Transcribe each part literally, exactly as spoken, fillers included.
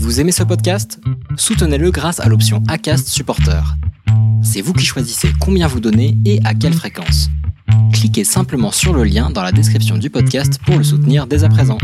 Vous aimez ce podcast ? Soutenez-le grâce à l'option Acast Supporter. C'est vous qui choisissez combien vous donnez et à quelle fréquence. Cliquez simplement sur le lien dans la description du podcast pour le soutenir dès à présent.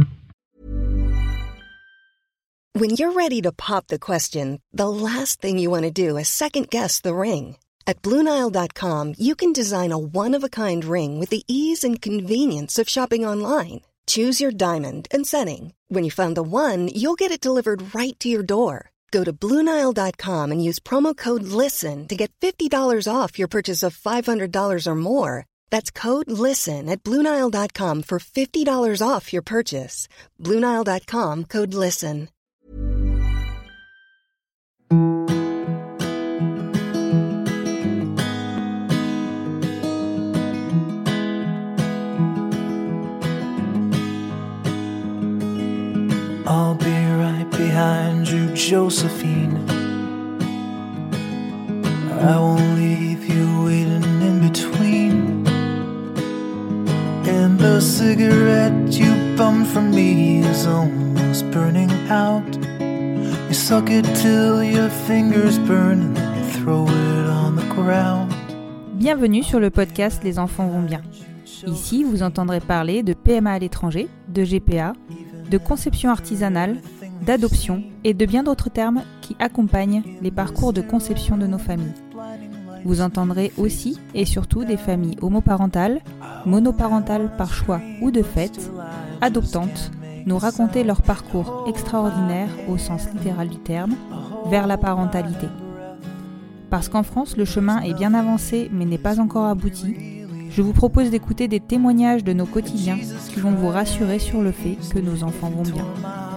When you're ready to pop the question, the last thing you want to do is second-guess the ring. At Blue Nile dot com, you can design a one-of-a-kind ring with the ease and convenience of shopping online. Choose your diamond and setting. When you find the one, you'll get it delivered right to your door. Go to Blue Nile dot com and use promo code LISTEN to get fifty dollars off your purchase of five hundred dollars or more. That's code LISTEN at Blue Nile dot com for fifty dollars off your purchase. Blue Nile dot com, code LISTEN. I'll be right behind you, Josephine. I won't leave you waiting in between. And the cigarette you bummed from me is almost burning out. You suck it till your fingers burn and then you throw it on the ground. Bienvenue sur le podcast Les enfants vont bien. Ici, vous entendrez parler de P M A à l'étranger, de G P A, de conception artisanale, d'adoption et de bien d'autres termes qui accompagnent les parcours de conception de nos familles. Vous entendrez aussi et surtout des familles homoparentales, monoparentales par choix ou de fait, adoptantes, nous raconter leur parcours extraordinaire au sens littéral du terme, vers la parentalité. Parce qu'en France, le chemin est bien avancé mais n'est pas encore abouti, je vous propose d'écouter des témoignages de nos quotidiens qui vont vous rassurer sur le fait que nos enfants vont bien.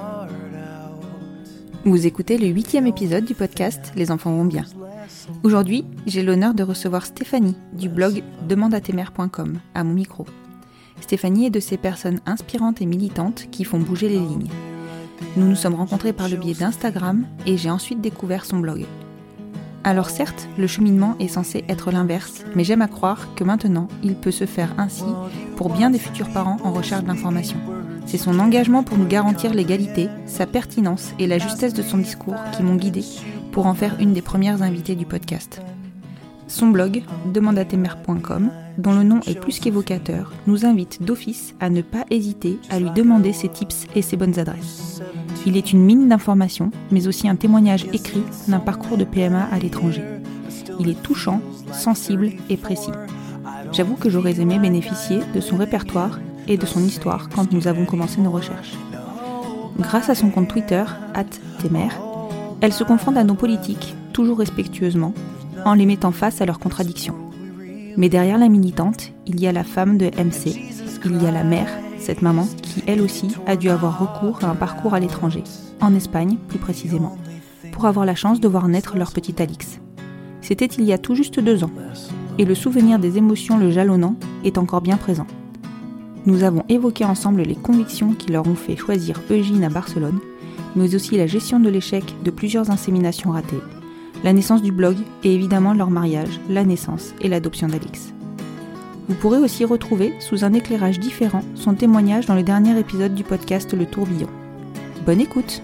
Vous écoutez le huitième épisode du podcast Les enfants vont bien. Aujourd'hui, j'ai l'honneur de recevoir Stéphanie du blog demande à tes mères point com à mon micro. Stéphanie est de ces personnes inspirantes et militantes qui font bouger les lignes. Nous nous sommes rencontrés par le biais d'Instagram et j'ai ensuite découvert son blog. Alors certes, le cheminement est censé être l'inverse, mais j'aime à croire que maintenant, il peut se faire ainsi pour bien des futurs parents en recherche d'informations. C'est son engagement pour nous garantir l'égalité, sa pertinence et la justesse de son discours qui m'ont guidée pour en faire une des premières invitées du podcast. Son blog, demande à tes mères point com, dont le nom est plus qu'évocateur, nous invite d'office à ne pas hésiter à lui demander ses tips et ses bonnes adresses. Il est une mine d'informations, mais aussi un témoignage écrit d'un parcours de P M A à l'étranger. Il est touchant, sensible et précis. J'avoue que j'aurais aimé bénéficier de son répertoire et de son histoire quand nous avons commencé nos recherches. Grâce à son compte Twitter, arobase temères, elle se confronte à nos politiques, toujours respectueusement, en les mettant face à leurs contradictions. Mais derrière la militante, il y a la femme de M C, il y a la mère, cette maman qui, elle aussi, a dû avoir recours à un parcours à l'étranger, en Espagne plus précisément, pour avoir la chance de voir naître leur petit Alix. C'était il y a tout juste deux ans, et le souvenir des émotions le jalonnant est encore bien présent. Nous avons évoqué ensemble les convictions qui leur ont fait choisir Eugine à Barcelone, mais aussi la gestion de l'échec de plusieurs inséminations ratées, la naissance du blog et évidemment leur mariage, la naissance et l'adoption d'Alix. Vous pourrez aussi retrouver, sous un éclairage différent, son témoignage dans le dernier épisode du podcast Le Tourbillon. Bonne écoute!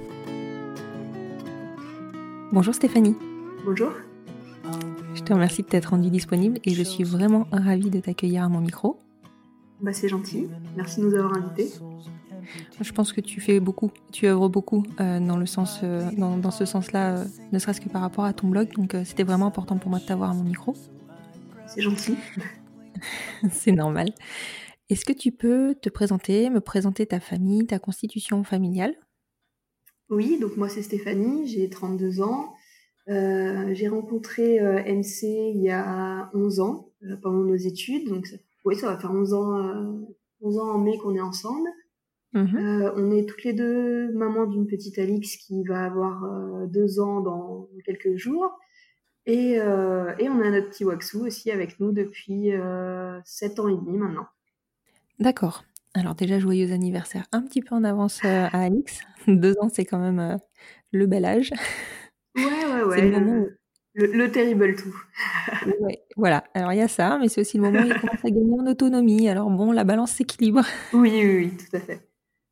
Bonjour Stéphanie. Bonjour. Je te remercie de t'être rendue disponible et je suis vraiment ravie de t'accueillir à mon micro. Bah, c'est gentil, merci de nous avoir invités. Je pense que tu fais beaucoup, tu œuvres beaucoup euh, dans, le sens, euh, dans, dans ce sens-là, euh, ne serait-ce que par rapport à ton blog, donc euh, c'était vraiment important pour moi de t'avoir à mon micro. C'est gentil. C'est normal. Est-ce que tu peux te présenter, me présenter ta famille, ta constitution familiale ? Oui, donc moi c'est Stéphanie, j'ai trente-deux ans. Euh, j'ai rencontré euh, M C il y a onze ans, euh, pendant nos études. Donc ça, oui, ça va faire onze ans, euh, onze ans en mai qu'on est ensemble. Mmh. Euh, on est toutes les deux mamans d'une petite Alix qui va avoir euh, deux ans dans quelques jours. Et, euh, et on a notre petit Waxou aussi avec nous depuis euh, sept ans et demi maintenant. D'accord. Alors déjà, joyeux anniversaire un petit peu en avance euh, à Alix. Deux ans, c'est quand même euh, le bel âge. Ouais, ouais, ouais. C'est le moment où... le, le terrible tout. Ouais, voilà. Alors il y a ça, mais c'est aussi le moment où il commence à gagner en autonomie. Alors bon, la balance s'équilibre. Oui, oui, oui, tout à fait.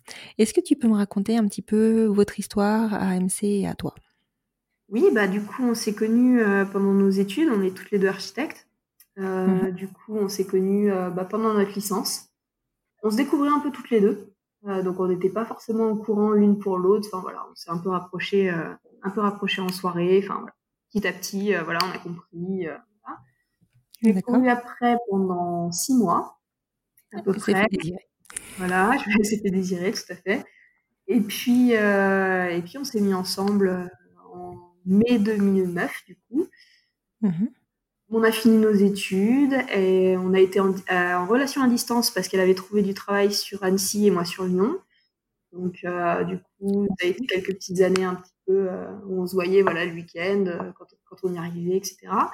Est-ce que tu peux me raconter un petit peu votre histoire à M C et à toi ? Oui, bah du coup, on s'est connus euh, pendant nos études. On est toutes les deux architectes. Euh, Mhm. Du coup, on s'est connus euh, bah, pendant notre licence. On se découvrait un peu toutes les deux. Euh, donc, on n'était pas forcément au courant l'une pour l'autre. Enfin, voilà, on s'est un peu rapprochés, euh, un peu rapprochés en soirée. Enfin, voilà. Petit à petit, euh, voilà, on a compris. Euh, voilà. Je l'ai D'accord. couru après pendant six mois, à peu C'est près. fait désirer. Voilà, je s'était désiré, tout à fait. Et puis, euh, et puis, on s'est mis ensemble euh, en mai deux mille neuf, du coup. Mhm. On a fini nos études et on a été en, euh, en relation à distance parce qu'elle avait trouvé du travail sur Annecy et moi sur Lyon. Donc, euh, du coup, ça a été quelques petites années un petit peu euh, où on se voyait voilà, le week-end, euh, quand, quand on y arrivait, et cetera.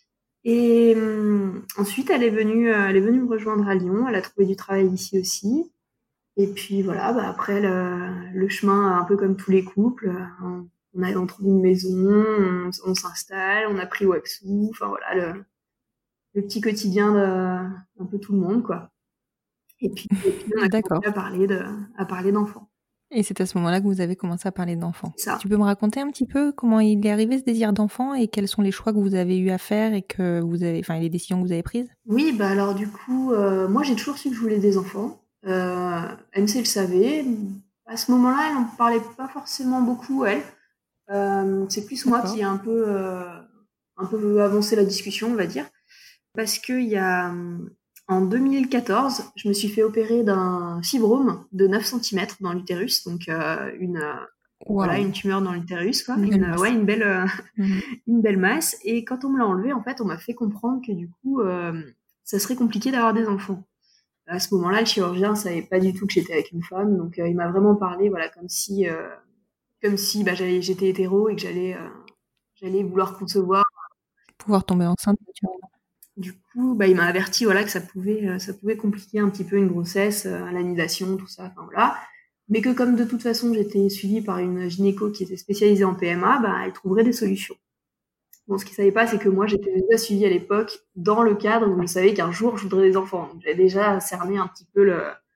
Et hum, ensuite, elle est, venue, euh, elle est venue me rejoindre à Lyon. Elle a trouvé du travail ici aussi. Et puis voilà, bah, après, le, le chemin, un peu comme tous les couples, euh, on, a, on trouve une maison, on, on s'installe, on a pris Waxou. Enfin voilà, le, le petit quotidien de un peu tout le monde, quoi. Et puis, et puis on a D'accord. commencé à parler de, à parler d'enfants. Et c'est à ce moment-là que vous avez commencé à parler d'enfants. C'est ça. Tu peux me raconter un petit peu comment il est arrivé ce désir d'enfant et quels sont les choix que vous avez eu à faire et que vous avez, enfin, les décisions que vous avez prises ? Oui, bah alors du coup, euh, moi j'ai toujours su que je voulais des enfants. Euh, M C le savait. À ce moment-là, elle n'en parlait pas forcément beaucoup, elle. Euh, c'est plus moi D'accord. qui ai un peu, euh, un peu avancé la discussion, on va dire. Parce qu'il y a, en deux mille quatorze, je me suis fait opérer d'un fibrome de neuf centimètres dans l'utérus, donc euh, une, euh, voilà, Waouh. une tumeur dans l'utérus, quoi. Une belle Une, masse. ouais, une belle, euh, Mhm. une belle masse. Et quand on me l'a enlevé, en fait, on m'a fait comprendre que du coup, euh, ça serait compliqué d'avoir des enfants. À ce moment-là, le chirurgien savait pas du tout que j'étais avec une femme, donc euh, il m'a vraiment parlé, voilà, comme si, euh, comme si bah, j'allais, j'étais hétéro et que j'allais, euh, j'allais vouloir concevoir. Pouvoir tomber enceinte naturellement. Du coup, bah, il m'a averti, voilà, que ça pouvait, euh, ça pouvait compliquer un petit peu une grossesse, euh, l'anidation, tout ça, enfin voilà. Mais que comme de toute façon j'étais suivie par une gynéco qui était spécialisée en P M A, bah, elle trouverait des solutions. Bon, ce qu'il savait pas, c'est que moi, j'étais déjà suivie à l'époque dans le cadre où je savais qu'un jour, je voudrais des enfants. Donc, j'avais déjà cerné un petit peu le,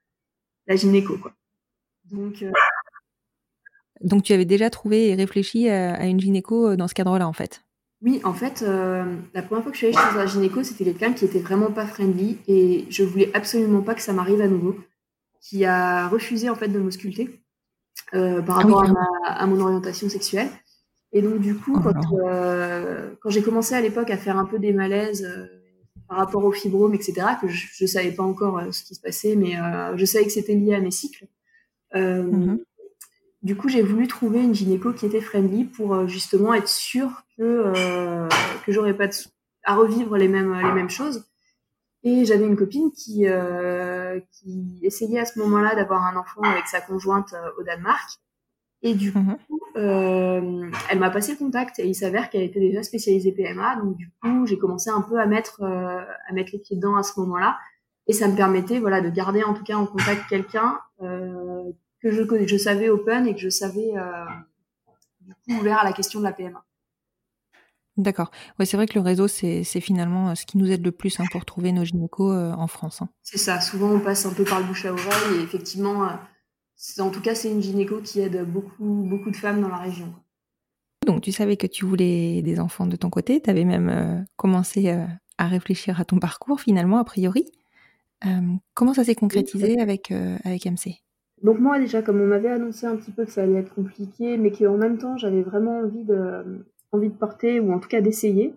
la gynéco, quoi. Donc, euh, Donc tu avais déjà trouvé et réfléchi à, à une gynéco dans ce cadre-là, en fait. oui, en fait, euh, la première fois que je suis allée chez un gynéco, c'était quelqu'un qui était vraiment pas friendly et je voulais absolument pas que ça m'arrive à nouveau, qui a refusé, en fait, de m'ausculter euh, par Ah oui, rapport à, carrément. ma, à mon orientation sexuelle. Et donc, du coup, Oh là quand, là. euh, quand j'ai commencé à l'époque à faire un peu des malaises euh, par rapport au fibrome, et cetera, que je ne savais pas encore euh, ce qui se passait, mais euh, je savais que c'était lié à mes cycles. Euh, Mhm. Du coup, j'ai voulu trouver une gynéco qui était friendly pour euh, justement être sûre que, euh, que j'aurais pas de, à revivre les mêmes, les mêmes choses. Et j'avais une copine qui, euh, qui essayait à ce moment-là d'avoir un enfant avec sa conjointe euh, au Danemark. Et du Mhm. coup, euh, elle m'a passé le contact et il s'avère qu'elle était déjà spécialisée P M A. Donc du coup, j'ai commencé un peu à mettre, euh, à mettre les pieds dedans à ce moment-là. Et ça me permettait, voilà, de garder en tout cas en contact quelqu'un euh, que je connais, je savais open et que je savais euh, du coup ouvert à la question de la P M A. D'accord. Ouais, c'est vrai que le réseau, c'est, c'est finalement ce qui nous aide le plus hein, pour trouver nos gynécos euh, en France. Hein. C'est ça. Souvent, on passe un peu par le bouche à oreille et effectivement, euh, c'est, en tout cas, c'est une gynéco qui aide beaucoup, beaucoup de femmes dans la région. Donc, tu savais que tu voulais des enfants de ton côté. Tu avais même euh, commencé euh, à réfléchir à ton parcours, finalement, a priori. Euh, comment ça s'est concrétisé avec, euh, avec M C ? Donc moi, déjà, comme on m'avait annoncé un petit peu que ça allait être compliqué, mais qu'en même temps, j'avais vraiment envie de, envie de porter, ou en tout cas d'essayer,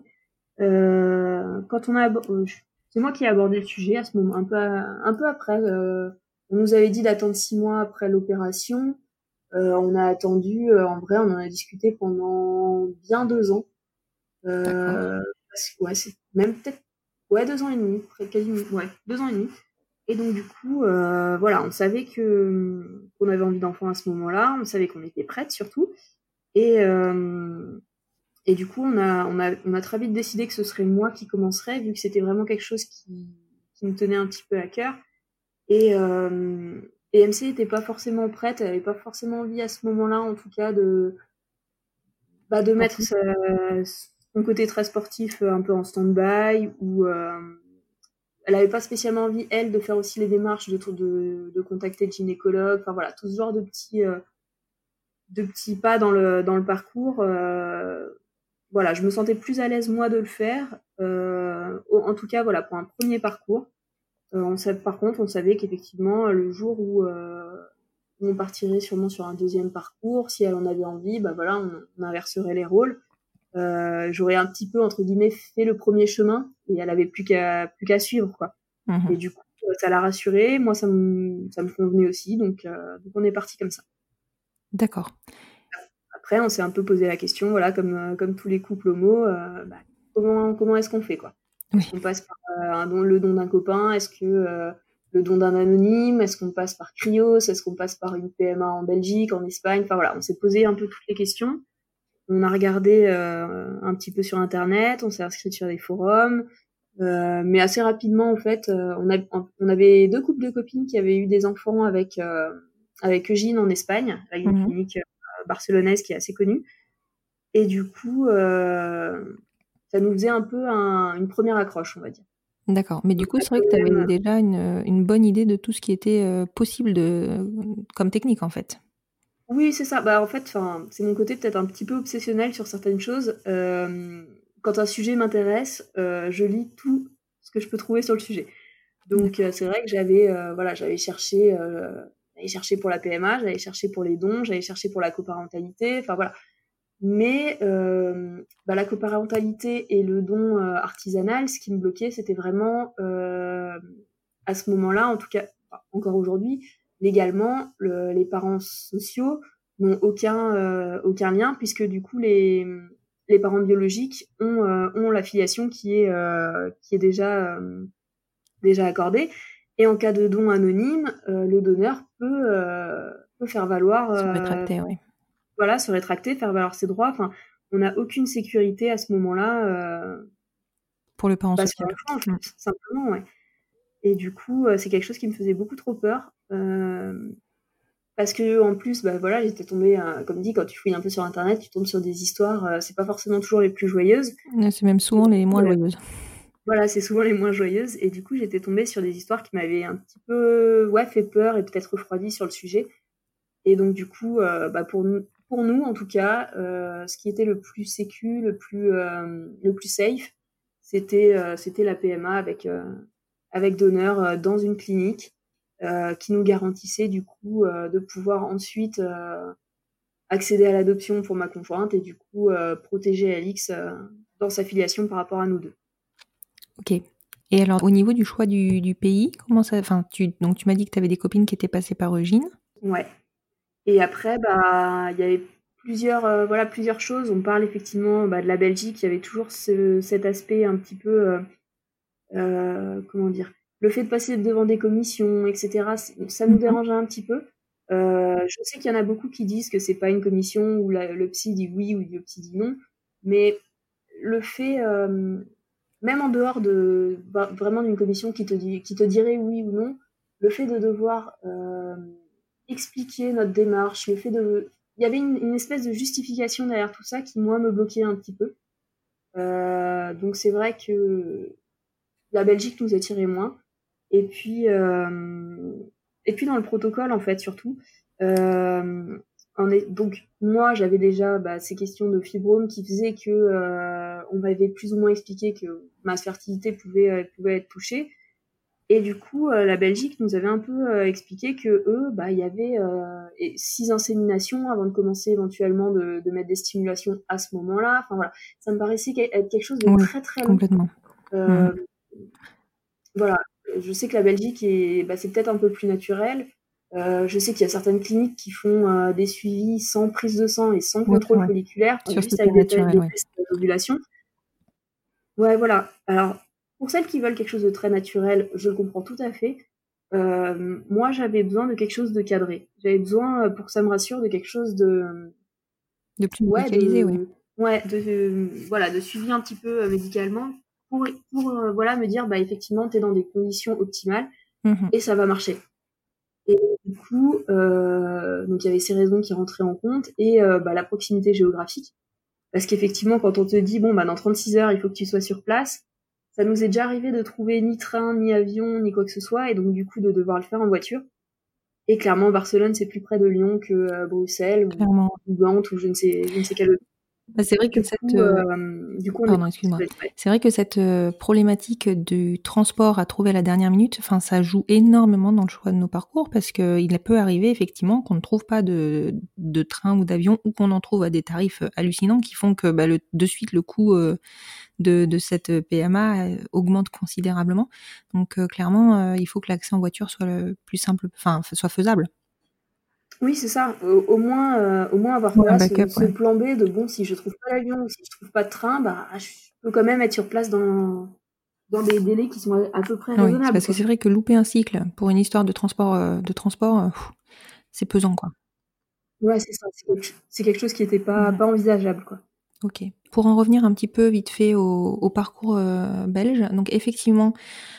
euh, quand on a... Euh, c'est moi qui ai abordé le sujet à ce moment, un peu, un peu après. Euh, on nous avait dit d'attendre six mois après l'opération. Euh, on a attendu, euh, en vrai, on en a discuté pendant bien deux ans. D'accord. Euh, parce que, ouais, c'est même peut-être... Ouais, deux ans et demi, près quasiment... Ouais, deux ans et demi. Et donc du coup, euh, voilà, on savait que qu'on avait envie d'enfants à ce moment-là, on savait qu'on était prête surtout, et euh, et du coup, on a on a on a très vite décidé que ce serait moi qui commencerais, vu que c'était vraiment quelque chose qui qui me tenait un petit peu à cœur. Et euh, et M C était pas forcément prête, elle avait pas forcément envie à ce moment-là, en tout cas, de bah de mettre Sportif. sa, son côté très sportif un peu en stand-by, ou euh, elle avait pas spécialement envie, elle, de faire aussi les démarches de, de, de contacter le gynécologue. Enfin voilà, tout ce genre de petits, euh, de petits pas dans le, dans le parcours. Euh, voilà, je me sentais plus à l'aise, moi, de le faire. Euh, en tout cas, voilà, pour un premier parcours. Euh, on savait, par contre, on savait qu'effectivement, le jour où euh, on partirait sûrement sur un deuxième parcours, si elle en avait envie, bah voilà, on, on inverserait les rôles. Euh, j'aurais un petit peu, entre guillemets, fait le premier chemin et elle avait plus qu'à plus qu'à suivre, quoi. Mmh. Et du coup, ça l'a rassurée. Moi, ça me, ça me convenait aussi. Donc, euh, donc, on est parti comme ça. D'accord. Après, on s'est un peu posé la question, voilà, comme, comme tous les couples homo, euh, bah, comment, comment est-ce qu'on fait, quoi? Oui. Est-ce qu'on passe par euh, un don, le don d'un copain? Est-ce que euh, le don d'un anonyme? Est-ce qu'on passe par Cryos? Est-ce qu'on passe par une P M A en Belgique, en Espagne? Enfin voilà, on s'est posé un peu toutes les questions. On a regardé euh, un petit peu sur Internet, on s'est inscrit sur des forums, euh, mais assez rapidement, en fait, euh, on, a, on avait deux couples de copines qui avaient eu des enfants avec, euh, avec Eugine en Espagne, avec une mmh. clinique euh, barcelonaise qui est assez connue. Et du coup, euh, ça nous faisait un peu un, une première accroche, on va dire. D'accord, mais du coup, c'est vrai que tu avais déjà une, une bonne idée de tout ce qui était euh, possible de, comme technique, en fait. Oui, c'est ça. Bah, en fait, c'est mon côté peut-être un petit peu obsessionnel sur certaines choses. Euh, quand un sujet m'intéresse, euh, je lis tout ce que je peux trouver sur le sujet. Donc, euh, c'est vrai que j'avais euh, voilà, j'avais cherché, euh, j'avais cherché pour la P M A, j'avais cherché pour les dons, j'avais cherché pour la coparentalité, enfin voilà. Mais euh, bah, la coparentalité et le don euh, artisanal, ce qui me bloquait, c'était vraiment, euh, à ce moment-là, en tout cas, enfin, encore aujourd'hui, légalement, le, les parents sociaux n'ont aucun, euh, aucun lien, puisque du coup, les, les parents biologiques ont, euh, ont la filiation qui est, euh, qui est déjà, euh, déjà accordée. Et en cas de don anonyme, euh, le donneur peut, euh, peut faire valoir... Se rétracter, euh, oui. Voilà, se rétracter, faire valoir ses droits. Enfin, on n'a aucune sécurité à ce moment-là. Euh, pour le parent social. Mmh. En fait, simplement, ouais. Et du coup, euh, c'est quelque chose qui me faisait beaucoup trop peur. Euh, parce que, en plus, bah, voilà, j'étais tombée, euh, comme dit, quand tu fouilles un peu sur Internet, tu tombes sur des histoires, euh, c'est pas forcément toujours les plus joyeuses. C'est même souvent les moins euh, joyeuses. Voilà, c'est souvent les moins joyeuses. Et du coup, j'étais tombée sur des histoires qui m'avaient un petit peu ouais, fait peur et peut-être refroidi sur le sujet. Et donc, du coup, euh, bah, pour nous, pour nous, en tout cas, euh, ce qui était le plus sécu, le plus, euh, le plus safe, c'était, euh, c'était la P M A avec, euh, avec donneur euh, dans une clinique euh, qui nous garantissait du coup euh, de pouvoir ensuite euh, accéder à l'adoption pour ma conjointe et du coup euh, protéger Alix euh, dans sa filiation par rapport à nous deux. Ok. Et alors, au niveau du choix du, du pays, comment ça, enfin, tu, donc tu m'as dit que tu avais des copines qui étaient passées par Eugine. Ouais. Et après, bah, il y avait plusieurs, euh, voilà, plusieurs choses. On parle effectivement bah, de la Belgique. Il y avait toujours ce, cet aspect un petit peu, euh, euh, comment dire, le fait de passer devant des commissions, et cetera. Ça nous dérangeait un petit peu. Euh, je sais qu'il y en a beaucoup qui disent que c'est pas une commission où la, le psy dit oui ou le psy dit non, mais le fait, euh, même en dehors de bah, vraiment d'une commission qui te dit, qui te dirait oui ou non, le fait de devoir euh, expliquer notre démarche, le fait de... Il y avait une, une espèce de justification derrière tout ça qui, moi, me bloquait un petit peu. Euh, donc, c'est vrai que la Belgique nous attirait moins. Et puis, euh, et puis dans le protocole, en fait, surtout, euh, on est, donc, moi, j'avais déjà bah, ces questions de fibrome qui faisaient que euh, on m'avait plus ou moins expliqué que ma fertilité pouvait, euh, pouvait être touchée. Et du coup, euh, la Belgique nous avait un peu euh, expliqué que eux, bah, il y avait euh, six inséminations avant de commencer éventuellement de, de mettre des stimulations à ce moment-là. Enfin voilà, ça me paraissait être quelque chose de oui, très très long. Complètement. Euh, mmh. Voilà, je sais que la Belgique est, bah, c'est peut-être un peu plus naturel. Euh, je sais qu'il y a certaines cliniques qui font euh, des suivis sans prise de sang et sans contrôle ouais, ouais. folliculaire, Sur juste avec des, naturel, des ouais. tests d'ovulation. Ouais, voilà. Alors, pour celles qui veulent quelque chose de très naturel, je le comprends tout à fait. Euh, moi, j'avais besoin de quelque chose de cadré. J'avais besoin, pour que ça me rassure, de quelque chose de... De plus médicalisé, ouais, de, oui. Ouais, de, de, voilà, de suivi un petit peu euh, médicalement pour, pour euh, voilà, me dire, bah, effectivement, t'es dans des conditions optimales mmh. et ça va marcher. Et du coup, euh, donc il y avait ces raisons qui rentraient en compte et euh, bah, la proximité géographique. Parce qu'effectivement, quand on te dit, bon, bah, dans trente-six heures, il faut que tu sois sur place, ça nous est déjà arrivé de trouver ni train, ni avion, ni quoi que ce soit, et donc du coup de devoir le faire en voiture. Et clairement, Barcelone, c'est plus près de Lyon que euh, Bruxelles ou, ou Gand ou je ne sais, je ne sais quel autre. Bah, c'est vrai que du cette coup, euh, du coup, on pardon, est... excuse-moi. C'est vrai que cette euh, problématique du transport à trouver à la dernière minute, enfin, ça joue énormément dans le choix de nos parcours parce que il peut arriver effectivement qu'on ne trouve pas de, de train ou d'avion ou qu'on en trouve à des tarifs hallucinants qui font que bah, le, de suite le coût euh, de, de cette P M A euh, augmente considérablement. Donc euh, clairement, euh, il faut que l'accès en voiture soit le plus simple, enfin, soit faisable. Oui, c'est ça. Au, au moins, euh, au moins avoir Ouais, voilà, backup, ce, ouais. ce plan B de bon, si je trouve pas l'avion ou si je trouve pas de train, bah, je peux quand même être sur place dans, dans des délais qui sont à peu près oui, raisonnables. C'est parce quoi. que c'est vrai que louper un cycle pour une histoire de transport, euh, de transport, euh, c'est pesant, quoi. Ouais, c'est ça. C'est quelque, c'est quelque chose qui était pas, mmh. pas envisageable, quoi. Ok. Pour en revenir un petit peu vite fait au, au parcours euh, belge, donc effectivement,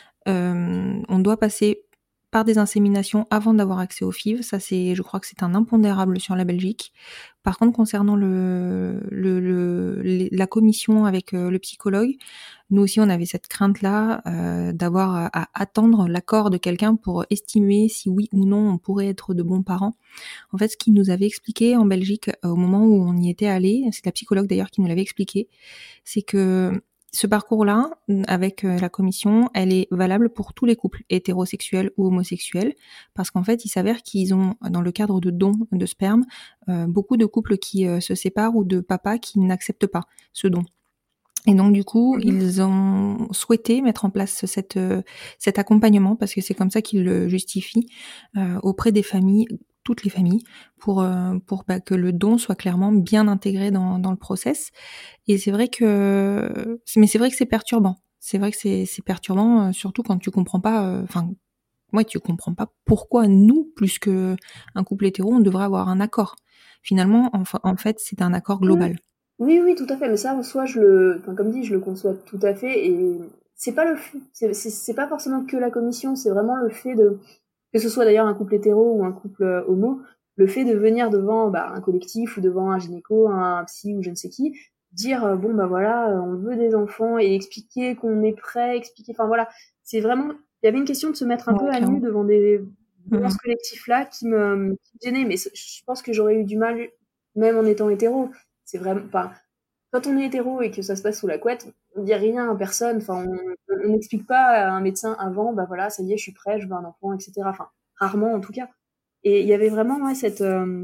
euh, on doit passer par des inséminations avant d'avoir accès au F I V. Ça, c'est, je crois que c'est un impondérable sur la Belgique. Par contre, concernant le, le, le la commission avec euh, le psychologue, nous aussi, on avait cette crainte-là euh, d'avoir à, à attendre l'accord de quelqu'un pour estimer si oui ou non on pourrait être de bons parents. En fait, ce qu'il nous avait expliqué en Belgique euh, au moment où on y était allé, c'est la psychologue d'ailleurs qui nous l'avait expliqué, c'est que ce parcours-là, avec la commission, elle est valable pour tous les couples, hétérosexuels ou homosexuels, parce qu'en fait, il s'avère qu'ils ont, dans le cadre de dons de sperme, euh, beaucoup de couples qui euh, se séparent ou de papas qui n'acceptent pas ce don. Et donc du coup, mmh. ils ont souhaité mettre en place cette, euh, cet accompagnement, parce que c'est comme ça qu'ils le justifient, euh, auprès des familles, toutes les familles, pour euh, pour bah, que le don soit clairement bien intégré dans dans le process. Et c'est vrai que mais c'est vrai que c'est perturbant. C'est vrai que c'est c'est perturbant, euh, surtout quand tu comprends pas. Enfin, euh, ouais, tu comprends pas pourquoi nous, plus que un couple hétéro, on devrait avoir un accord. Finalement, en, en fait, c'est un accord global. Oui, oui, tout à fait. Mais ça, en soi, je le, enfin, comme dit, je le conçois tout à fait. Et c'est pas le, c'est, c'est, c'est pas forcément que la commission. C'est vraiment le fait de, que ce soit d'ailleurs un couple hétéro ou un couple euh, homo, le fait de venir devant bah, un collectif ou devant un gynéco, un psy ou je ne sais qui, dire euh, bon bah voilà, on veut des enfants et expliquer qu'on est prêt, expliquer. Enfin voilà, c'est vraiment. Il y avait une question de se mettre un ouais, peu à nu devant des devant mmh. ce collectif-là qui me, qui me gênait. Mais je pense que j'aurais eu du mal, même en étant hétéro. C'est vraiment pas. Quand on est hétéro et que ça se passe sous la couette, on dit rien à personne. Enfin, on n'explique pas à un médecin avant, bah voilà, ça y est, je suis prêt, je veux un enfant, et cetera. Enfin, rarement en tout cas. Et il y avait vraiment ouais, cette, euh,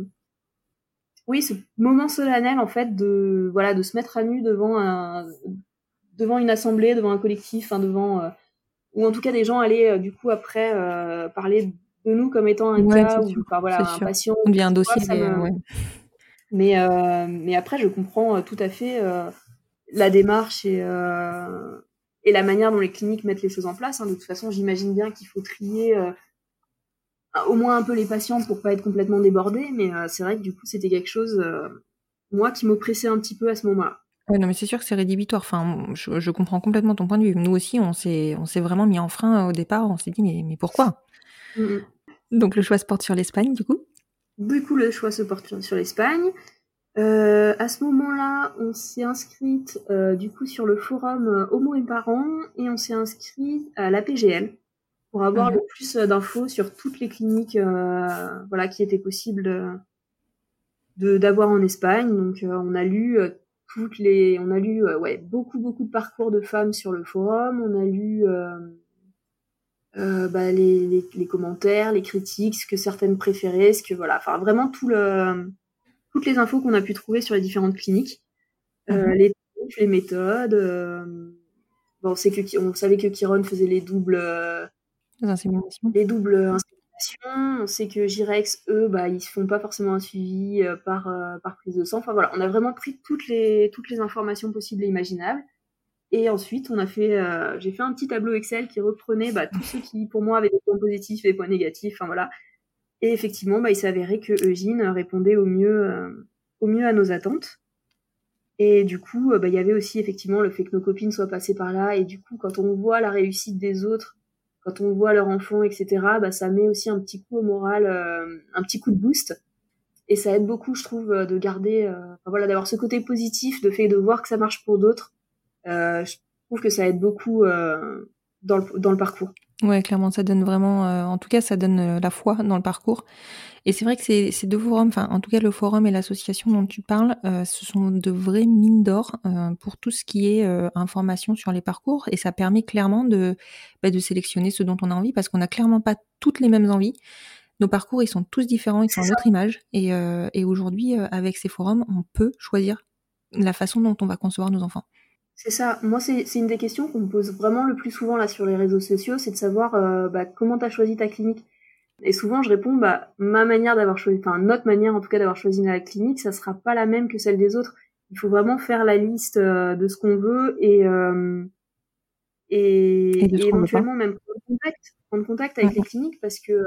oui, ce moment solennel en fait de voilà de se mettre à nu devant un, devant une assemblée, devant un collectif, hein, devant euh, ou en tout cas des gens allaient euh, du coup après euh, parler de nous comme étant un ouais, cas ou sûr, enfin voilà un sûr. patient. On devient un dossier. Quoi, me... ouais. Mais, euh, mais après, je comprends tout à fait euh, la démarche et, euh, et la manière dont les cliniques mettent les choses en place. Hein. De toute façon, j'imagine bien qu'il faut trier euh, au moins un peu les patients pour pas être complètement débordés. Mais euh, c'est vrai que du coup, c'était quelque chose, euh, moi, qui m'oppressait un petit peu à ce moment-là. Ouais, non, mais c'est sûr que c'est rédhibitoire. Enfin, je, je comprends complètement ton point de vue. Nous aussi, on s'est, on s'est vraiment mis en frein au départ. On s'est dit, mais, mais pourquoi ? Mm-hmm. Donc, le choix se porte sur l'Espagne, du coup ? Du coup, le choix se porte sur l'Espagne. Euh, à ce moment-là, on s'est inscrite euh, du coup sur le forum euh, Homo et Parents et on s'est inscrit à l'A P G L pour avoir mmh. le plus d'infos sur toutes les cliniques euh, voilà, qui étaient possibles de, d'avoir en Espagne. Donc euh, on a lu euh, toutes les, on a lu euh, ouais, beaucoup beaucoup de parcours de femmes sur le forum. On a lu euh, euh, bah, les, les, les commentaires, les critiques, ce que certaines préféraient, ce que voilà, enfin vraiment tout le toutes les infos qu'on a pu trouver sur les différentes cliniques, mmh. euh, les les méthodes. Euh, bon, on, sait que, on savait que Chiron faisait les doubles, euh, les doubles inséminations. On sait que Girex, eux, bah, ils font pas forcément un suivi euh, par, euh, par prise de sang. Enfin voilà, on a vraiment pris toutes les, toutes les informations possibles et imaginables. Et ensuite, on a fait, euh, j'ai fait un petit tableau Excel qui reprenait bah, tous ceux qui, pour moi, avaient des points positifs et des points négatifs. Enfin voilà. Et effectivement, bah, il s'avérait que Eugine répondait au mieux, euh, au mieux à nos attentes. Et du coup, bah, il y avait aussi effectivement le fait que nos copines soient passées par là. Et du coup, quand on voit la réussite des autres, quand on voit leur enfant, et cetera, bah, ça met aussi un petit coup au moral, euh, un petit coup de boost. Et ça aide beaucoup, je trouve, de garder, euh, enfin, voilà, d'avoir ce côté positif, de fait de voir que ça marche pour d'autres. Euh, trouve que ça aide beaucoup euh, dans, le, dans le parcours. Ouais, clairement, ça donne vraiment, euh, en tout cas, ça donne euh, la foi dans le parcours. Et c'est vrai que ces, ces deux forums, enfin, en tout cas, le forum et l'association dont tu parles, euh, ce sont de vraies mines d'or euh, pour tout ce qui est euh, information sur les parcours. Et ça permet clairement de, bah, de sélectionner ce dont on a envie, parce qu'on n'a clairement pas toutes les mêmes envies. Nos parcours, ils sont tous différents, ils sont à notre image. Et, euh, et aujourd'hui, euh, avec ces forums, on peut choisir la façon dont on va concevoir nos enfants. C'est ça. Moi, c'est, c'est une des questions qu'on me pose vraiment le plus souvent là sur les réseaux sociaux, c'est de savoir euh, bah, comment tu as choisi ta clinique. Et souvent, je réponds, bah, ma manière d'avoir choisi, enfin, notre manière en tout cas d'avoir choisi la clinique, ça sera pas la même que celle des autres. Il faut vraiment faire la liste euh, de ce qu'on veut et euh, et, Et de ce et qu'on veut pas. éventuellement même prendre contact, prendre contact avec Mhm. les cliniques parce que euh,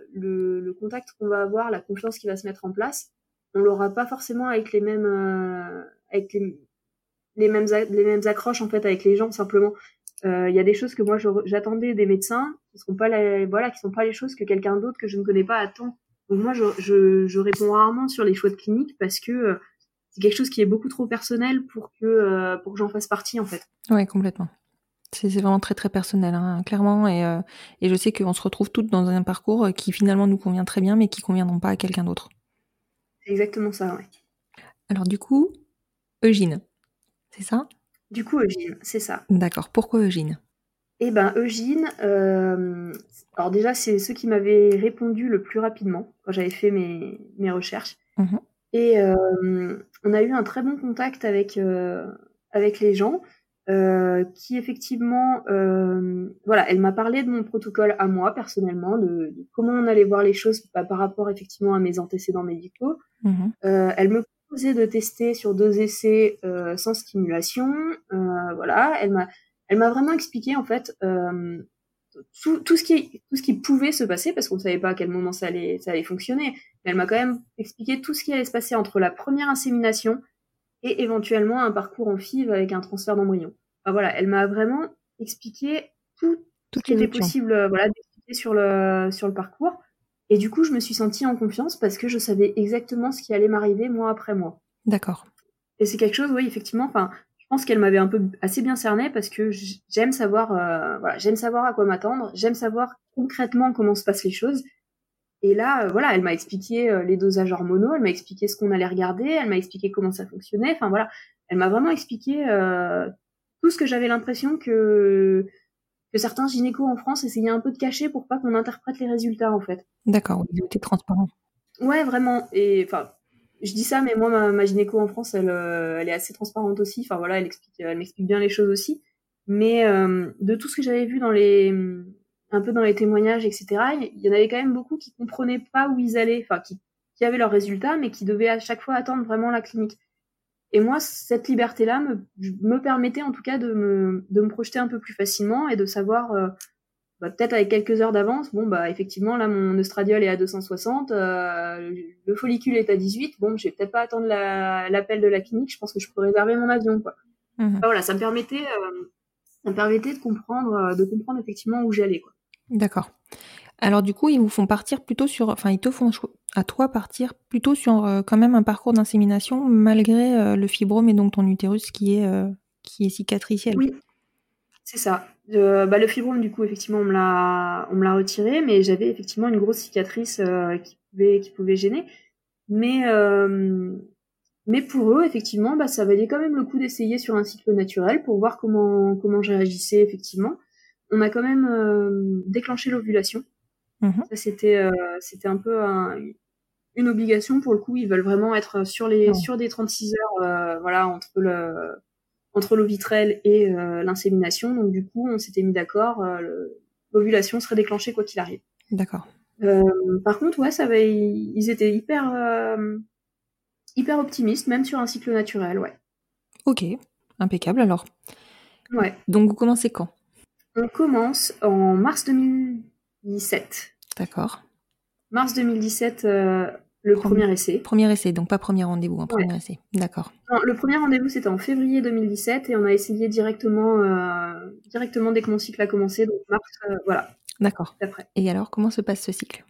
le, le contact qu'on va avoir, la confiance qui va se mettre en place, on l'aura pas forcément avec les mêmes euh, avec les les mêmes a- les mêmes accroches en fait avec les gens simplement. Il euh, y a des choses que moi je, j'attendais des médecins qui sont pas les voilà qui sont pas les choses que quelqu'un d'autre que je ne connais pas attend. Donc moi je, je, je réponds rarement sur les choix de clinique parce que euh, c'est quelque chose qui est beaucoup trop personnel pour que euh, pour que j'en fasse partie en fait. Ouais, complètement. C'est, c'est vraiment très très personnel, hein, clairement. Et, euh, et je sais qu'on se retrouve toutes dans un parcours qui finalement nous convient très bien, mais qui ne conviendront pas à quelqu'un d'autre. C'est exactement ça, ouais. Alors du coup, Eugine, c'est ça ? Du coup, Eugine, c'est ça. D'accord. Pourquoi Eugine ? Eh ben, Eugine, euh, alors déjà, c'est ceux qui m'avaient répondu le plus rapidement quand j'avais fait mes, mes recherches. Mhm. Et euh, on a eu un très bon contact avec, euh, avec les gens euh, qui, effectivement, euh, voilà, elle m'a parlé de mon protocole à moi, personnellement, de, de comment on allait voir les choses bah, par rapport, effectivement, à mes antécédents médicaux. Mhm. Euh, elle me proposait de tester sur deux essais euh, sans stimulation. Euh, voilà, elle m'a, elle m'a vraiment expliqué en fait euh, tout, tout ce qui, tout ce qui pouvait se passer parce qu'on ne savait pas à quel moment ça allait, ça allait fonctionner. Mais elle m'a quand même expliqué tout ce qui allait se passer entre la première insémination et éventuellement un parcours en F I V avec un transfert d'embryon. Enfin, voilà, elle m'a vraiment expliqué tout ce Toutes qui les était options. possible, euh, voilà, d'expliquer sur le sur le parcours. Et du coup, je me suis sentie en confiance parce que je savais exactement ce qui allait m'arriver mois après mois. D'accord. Et c'est quelque chose, oui, effectivement. Enfin, je pense qu'elle m'avait un peu assez bien cerné parce que j- j'aime savoir, euh, voilà, j'aime savoir à quoi m'attendre. J'aime savoir concrètement comment se passent les choses. Et là, euh, voilà, elle m'a expliqué euh, les dosages hormonaux, elle m'a expliqué ce qu'on allait regarder, elle m'a expliqué comment ça fonctionnait. Enfin voilà, elle m'a vraiment expliqué euh, tout ce que j'avais l'impression que que certains gynécos en France essayaient un peu de cacher pour pas qu'on interprète les résultats en fait. D'accord. Oui, ils ont été transparents. Ouais, vraiment. Et enfin, je dis ça, mais moi, ma, ma gynéco en France, elle, euh, elle est assez transparente aussi. Enfin voilà, elle explique, elle m'explique bien les choses aussi. Mais euh, de tout ce que j'avais vu dans les, un peu dans les témoignages, et cetera, il y en avait quand même beaucoup qui comprenaient pas où ils allaient, enfin qui, qui avaient leurs résultats, mais qui devaient à chaque fois attendre vraiment la clinique. Et moi, cette liberté-là me, me permettait en tout cas de me, de me projeter un peu plus facilement et de savoir. Euh, bah, peut-être avec quelques heures d'avance, bon bah effectivement là mon oestradiol est à deux cent soixante, euh, le follicule est à dix-huit, bon je vais peut-être pas attendre la, l'appel de la clinique, je pense que je peux réserver mon avion quoi. Mhm. Enfin, voilà, ça me permettait, euh, ça me permettait de comprendre, euh, de comprendre effectivement où j'allais quoi. D'accord. Alors du coup, ils vous font partir plutôt sur, enfin, ils te font cho- à toi partir plutôt sur euh, quand même un parcours d'insémination malgré euh, le fibrome et donc ton utérus qui est euh, qui est cicatriciel. Oui, c'est ça. Euh, bah, le fibrome du coup effectivement on me l'a, on me l'a retiré, mais j'avais effectivement une grosse cicatrice euh, qui pouvait, qui pouvait gêner. Mais euh, Mais pour eux, effectivement, bah, ça valait quand même le coup d'essayer sur un cycle naturel pour voir comment comment je réagissais effectivement. On a quand même euh, déclenché l'ovulation. Mhm. Ça c'était euh, c'était un peu un, une obligation pour le coup. Ils veulent vraiment être sur les Ouais. sur des trente-six heures, euh, voilà, entre le entre l'ovitrelle et euh, l'insémination. Donc du coup, on s'était mis d'accord. Euh, le- l'ovulation serait déclenchée quoi qu'il arrive. D'accord. Euh, par contre, ouais, ça va. Ils étaient hyper euh, hyper optimistes, même sur un cycle naturel, ouais. Ok, impeccable alors. Ouais. Donc vous commencez quand ? On commence en mars deux mille dix-sept. D'accord. Mars deux mille dix-sept, euh, le Premier- premier essai. Premier essai, donc pas premier rendez-vous, un premier essai. D'accord. Non, le premier rendez-vous, c'était en février deux mille dix-sept et on a essayé directement, euh, directement dès que mon cycle a commencé, donc mars, euh, voilà, D'accord. d'après. Et alors, comment se passe ce cycle ?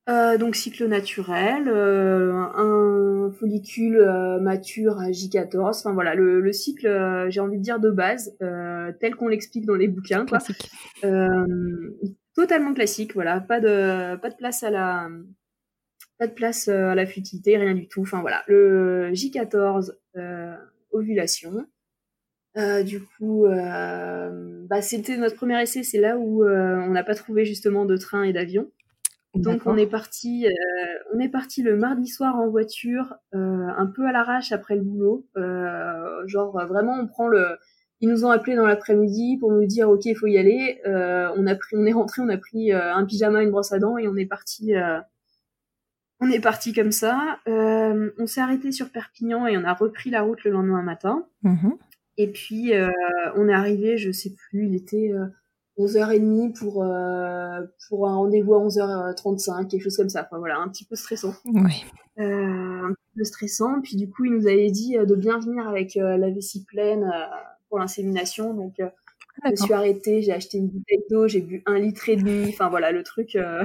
Euh, donc cycle naturel, euh, un follicule euh, mature à J quatorze, enfin voilà, le, le cycle, euh, j'ai envie de dire de base, euh, tel qu'on l'explique dans les bouquins, quoi. Classique. Euh, totalement classique, voilà, pas de pas de place à la pas de place à la futilité, rien du tout. Enfin voilà, le J quatorze, euh, ovulation. Euh, du coup, euh, bah, c'était notre premier essai, c'est là où euh, on n'a pas trouvé justement de train et d'avion. Donc D'accord. on est parti, euh, on est parti le mardi soir en voiture, euh, un peu à l'arrache après le boulot. Euh, genre vraiment, on prend le. Ils nous ont appelés dans l'après-midi pour nous dire ok, il faut y aller. Euh, on a pris, on est rentré, on a pris euh, un pyjama, une brosse à dents et on est parti. Euh, on est parti comme ça. Euh, on s'est arrêté sur Perpignan et on a repris la route le lendemain matin. Mmh. Et puis euh, on est arrivé, je sais plus, il était euh, onze heures trente pour, euh, pour un rendez-vous à onze heures trente-cinq, quelque chose comme ça. Enfin voilà, un petit peu stressant. Oui. Euh, un petit peu stressant. Puis du coup, il nous avait dit euh, de bien venir avec euh, la vessie pleine euh, pour l'insémination. Donc euh, je me suis arrêtée, j'ai acheté une bouteille d'eau, j'ai bu un litre et demi. Enfin voilà, le truc. Euh...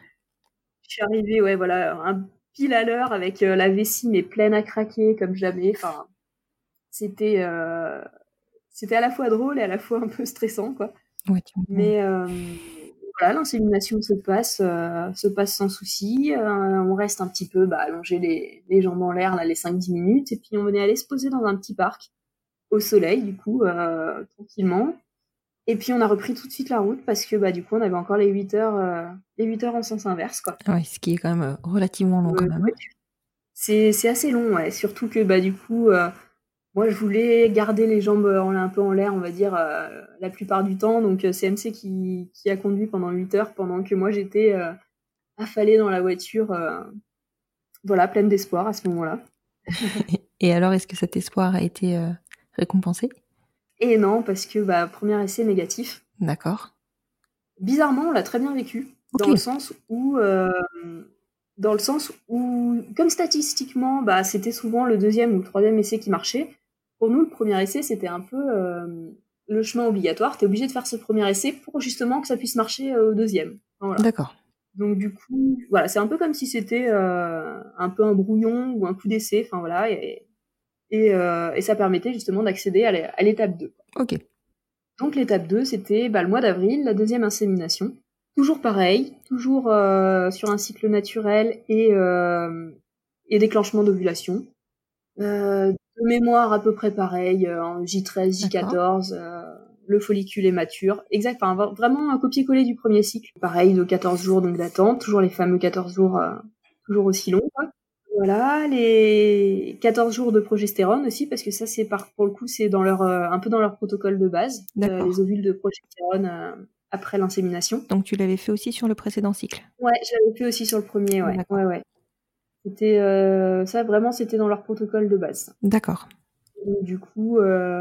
je suis arrivée, ouais, voilà, un pile à l'heure avec euh, la vessie mais pleine à craquer comme jamais. Enfin, c'était euh... c'était à la fois drôle et à la fois un peu stressant, quoi. Ouais, tu Mais euh, voilà, l'insémination se passe, euh, se passe sans souci. Euh, on reste un petit peu bah, allongé les, les jambes en l'air là, les cinq dix minutes. Et puis on venait aller se poser dans un petit parc, au soleil, du coup, euh, tranquillement. Et puis on a repris tout de suite la route parce que bah, du coup on avait encore les huit heures, euh, les huit heures en sens inverse, quoi. Ouais, ce qui est quand même euh, relativement long, Euh, quand même. ouais. C'est, c'est assez long, ouais. Surtout que bah, du coup... Euh, moi, je voulais garder les jambes un peu en l'air, on va dire, euh, la plupart du temps. Donc, c'est M C qui, qui a conduit pendant huit heures, pendant que moi, j'étais euh, affalée dans la voiture, euh, voilà, pleine d'espoir à ce moment-là. Et alors, est-ce que cet espoir a été euh, récompensé ? Et non, parce que, bah, premier essai négatif. D'accord. Bizarrement, on l'a très bien vécu, okay. dans le sens où... Euh, dans le sens où, comme statistiquement, bah, c'était souvent le deuxième ou le troisième essai qui marchait. Pour nous, le premier essai, c'était un peu euh, le chemin obligatoire. T'es obligé de faire ce premier essai pour justement que ça puisse marcher euh, au deuxième. Voilà. D'accord. Donc du coup, voilà, c'est un peu comme si c'était euh, un peu un brouillon ou un coup d'essai. Enfin voilà, et, et, euh, et ça permettait justement d'accéder à l'étape deux. Ok. Donc l'étape deux, c'était bah, le mois d'avril, la deuxième insémination. Toujours pareil, toujours euh, sur un cycle naturel et, euh, et déclenchement d'ovulation. Euh, de mémoire à peu près pareil, euh, en J treize, J quatorze, euh, le follicule est mature. Exact, enfin, vraiment un copier-coller du premier cycle. Pareil, de quatorze jours donc d'attente, toujours les fameux quatorze jours, euh, toujours aussi longs, quoi. Voilà, les quatorze jours de progestérone aussi, parce que ça, c'est par, pour le coup, c'est dans leur, euh, un peu dans leur protocole de base, euh, les ovules de progestérone euh, après l'insémination. Donc tu l'avais fait aussi sur le précédent cycle ? Ouais, je l'avais fait aussi sur le premier, ouais. ouais, ouais. C'était, euh, ça, vraiment, c'était dans leur protocole de base. D'accord. Donc, du coup, euh,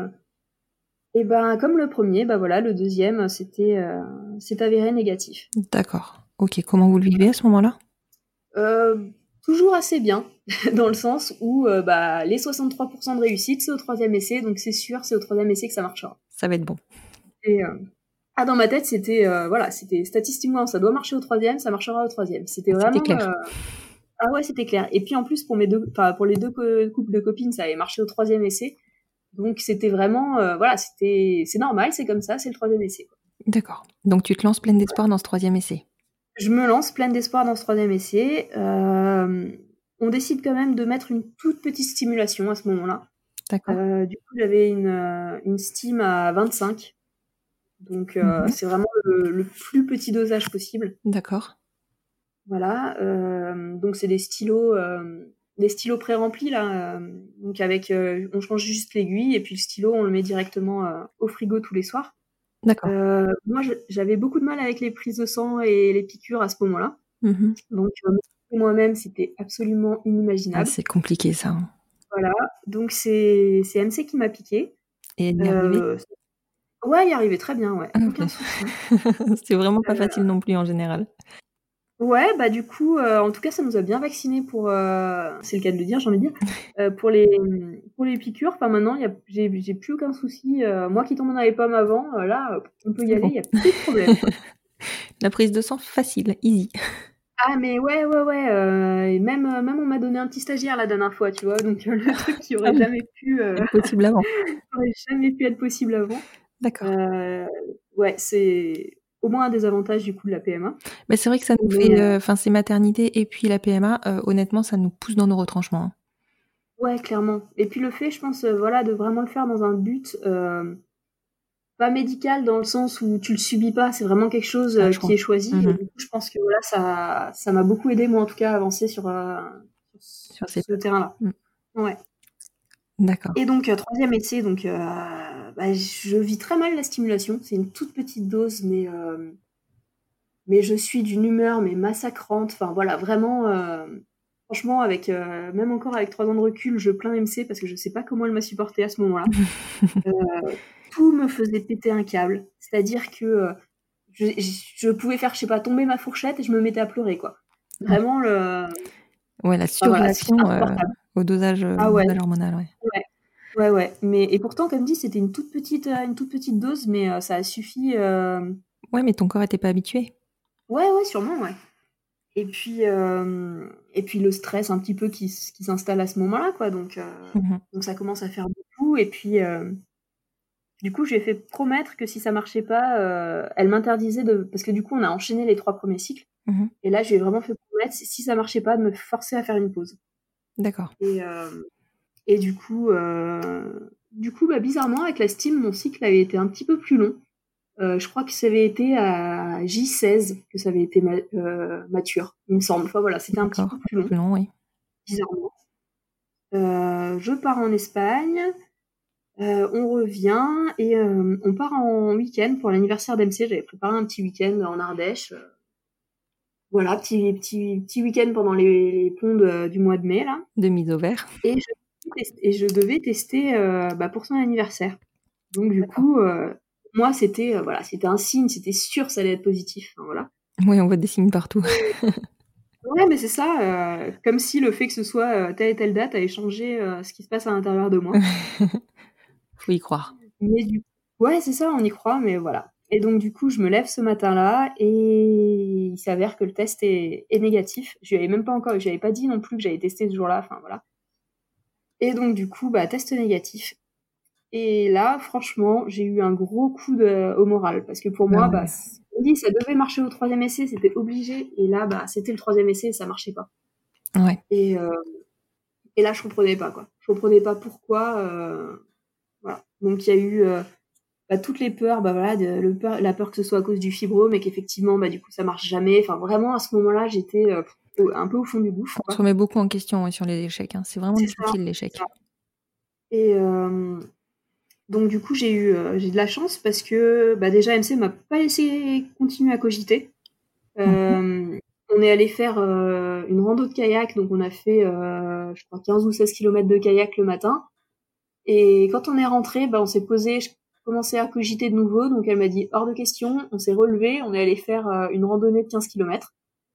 et ben, comme le premier, bah voilà, le deuxième, c'était, euh, c'est avéré négatif. D'accord. Ok, comment vous le vivez à ce moment-là ? euh, Toujours assez bien, dans le sens où euh, bah, les soixante-trois pour cent de réussite, c'est au troisième essai, donc c'est sûr, c'est au troisième essai que ça marchera. Ça va être bon. Et, euh, ah, dans ma tête, c'était, euh, voilà, c'était statistiquement, ça doit marcher au troisième, ça marchera au troisième. C'était vraiment... C'était clair. Euh, ah ouais, c'était clair. Et puis en plus, pour mes deux, enfin, pour les deux co- couples de copines, ça avait marché au troisième essai. Donc c'était vraiment, euh, voilà, c'était, c'est normal, c'est comme ça, c'est le troisième essai, quoi. D'accord. Donc tu te lances pleine d'espoir dans ce troisième essai. Je me lance pleine d'espoir dans ce troisième essai. Euh, on décide quand même de mettre une toute petite stimulation à ce moment-là. D'accord. Euh, du coup, j'avais une, une stim à vingt-cinq. Donc, euh, mm-hmm. c'est vraiment le, le plus petit dosage possible. D'accord. Voilà. Euh, donc, c'est des stylos, euh, des stylos pré-remplis, là. Euh, donc, avec, euh, on change juste l'aiguille et puis le stylo, on le met directement euh, au frigo tous les soirs. D'accord. Euh, moi, j'avais beaucoup de mal avec les prises de sang et les piqûres à ce moment-là. Mmh. Donc, euh, moi-même, c'était absolument inimaginable. Ah, c'est compliqué, ça. Hein. Voilà. Donc, c'est, c'est M C qui m'a piqué. Et elle y est arrivée euh, Ouais, il y arrivait très bien, ouais. Ah, okay. C'est vraiment pas euh... facile non plus, en général. Ouais, bah du coup, euh, en tout cas, ça nous a bien vaccinés pour, euh, c'est le cas de le dire, j'ai envie de dire, euh, pour les pour les piqûres. Enfin maintenant, y a, j'ai j'ai plus aucun souci. Euh, moi qui tombais dans les pommes avant, euh, là, on peut y aller, il bon. y a plus de problème. La prise de sang facile, easy. Ah mais ouais, ouais, ouais, heu, et même, heu, même on m'a donné un petit stagiaire la dernière fois, tu vois? Donc, heu, le truc qui Ah aurait oui, jamais pu, heu, c'est possible avant. qui aurait jamais pu être possible avant. D'accord. Heu, ouais, c'est au moins un des avantages du coup de la P M A. Mais c'est vrai que ça nous Mais, fait, heu, heu, enfin ces maternités et puis la P M A, heu, honnêtement ça nous pousse dans nos retranchements, hein. ouais, clairement. Et puis le fait, je pense, heu, voilà, de vraiment le faire dans un but, hem, pas médical dans le sens où tu le subis pas, c'est vraiment quelque chose, C'est un heu, choix. qui est choisi. Mmh Et mh. du coup, je pense que voilà, ça ça m'a beaucoup aidée moi en tout cas à avancer sur, heu, Sur sur ces ce bases. terrain-là. Mmh. Ouais. D'accord. Et donc, heu, troisième essai, donc, heu, bah, je vis très mal la stimulation. C'est une toute petite dose, mais, hem, mais je suis d'une humeur, mais massacrante. Enfin voilà, vraiment, hem, franchement avec, heu, même encore avec trois ans de recul, je plains M C parce que je sais pas comment elle m'a supportée à ce moment-là. Heu, tout me faisait péter un câble. C'est-à-dire que, heu, je je pouvais faire, je sais pas, tomber ma fourchette et je me mettais à pleurer, quoi. Ouais. Vraiment le Ouais, la enfin voilà, c'est surréaction, heu, insupportable. au dosage, heu, Ah ouais, dosage hormonal, ouais. ouais. Ouais, ouais, mais et pourtant comme dit, c'était une toute petite, heu, une toute petite dose, mais, heu, ça a suffi, hem Ouais, mais ton corps était pas habitué. ouais, ouais, sûrement, ouais. Et puis, hem et puis le stress un petit peu qui s qui s'installe à ce moment-là, quoi, donc, heu, Mmh mh. donc ça commence à faire beaucoup. Et puis, hem, du coup, j'ai fait promettre que si ça marchait pas, heu, elle m'interdisait de parce que du coup, on a enchaîné les trois premiers cycles. Mmh mh. Et là, je lui ai vraiment fait promettre, si si ça marchait pas, de me forcer à faire une pause. D'accord. Et hem et du coup, heu, du coup, bah, bizarrement avec la Steam, mon cycle avait été un petit peu plus long. Heu, je crois que ça avait été à J seize que ça avait été ma heu, mature, il me semble. Enfin voilà, c'était un petit peu D'accord. Un plus peu long, plus long, oui. bizarrement. Heu, je pars en Espagne, heu, on revient et hem, on part en week-end pour l'anniversaire d'M C. J'avais préparé un petit week-end en Ardèche, heu, voilà, petit petit petit week-end pendant les les ponts de du mois de mai là. De mise au vert. Et je test et je devais tester, heu, bah, pour son anniversaire. Donc du D'accord. coup, heu, moi c'était, heu, voilà, c'était un signe, c'était sûr ça allait être positif, enfin voilà. Oui, on voit des signes partout. Ouais, mais c'est ça, heu, comme si le fait que ce soit, heu, telle et telle date allait changer, heu, ce qui se passe à l'intérieur de moi. Faut y croire. Mais du ouais, c'est ça, on y croit, mais voilà. Et donc du coup, je me lève ce matin-là et il s'avère que le test est est négatif. Je lui avais même pas encore je lui avais pas dit non plus que j'allais tester ce jour-là, enfin voilà. Et donc du coup, bah, test négatif. Et là, franchement, j'ai eu un gros coup de au moral parce que pour Bah moi, bah, ouais. c oui, ça devait marcher au troisième essai, c'était obligé. Et là, bah, c'était le troisième essai et ça marchait pas. Ouais. Et heu et là, je comprenais pas, quoi. Je comprenais pas pourquoi, heu, voilà. Donc il y a eu, heu, bah, toutes les peurs, bah, voilà, de le peur la peur que ce soit à cause du fibrome et qu'effectivement, bah, du coup, ça marche jamais. Enfin, vraiment, à ce moment-là, j'étais, heu, au un peu au fond du gouffre, On se quoi. remet beaucoup en question, ouais, sur les échecs, hein. C'est vraiment C'est ça, difficile c'est ça. l'échec. Et hem donc du coup, j'ai eu, heu, j'ai de la chance parce que, bah, déjà M C m'a pas laissé continuer à cogiter. Mmh mh. Hem, on est allé faire, heu, une rando de kayak, donc on a fait, heu, je crois quinze ou seize kilomètres de kayak le matin. Et quand on est rentrés, bah, on s'est posés, je commençais à cogiter de nouveau, donc elle m'a dit: «Hors de question», on s'est relevés, on est allés faire, heu, une randonnée de quinze kilomètres.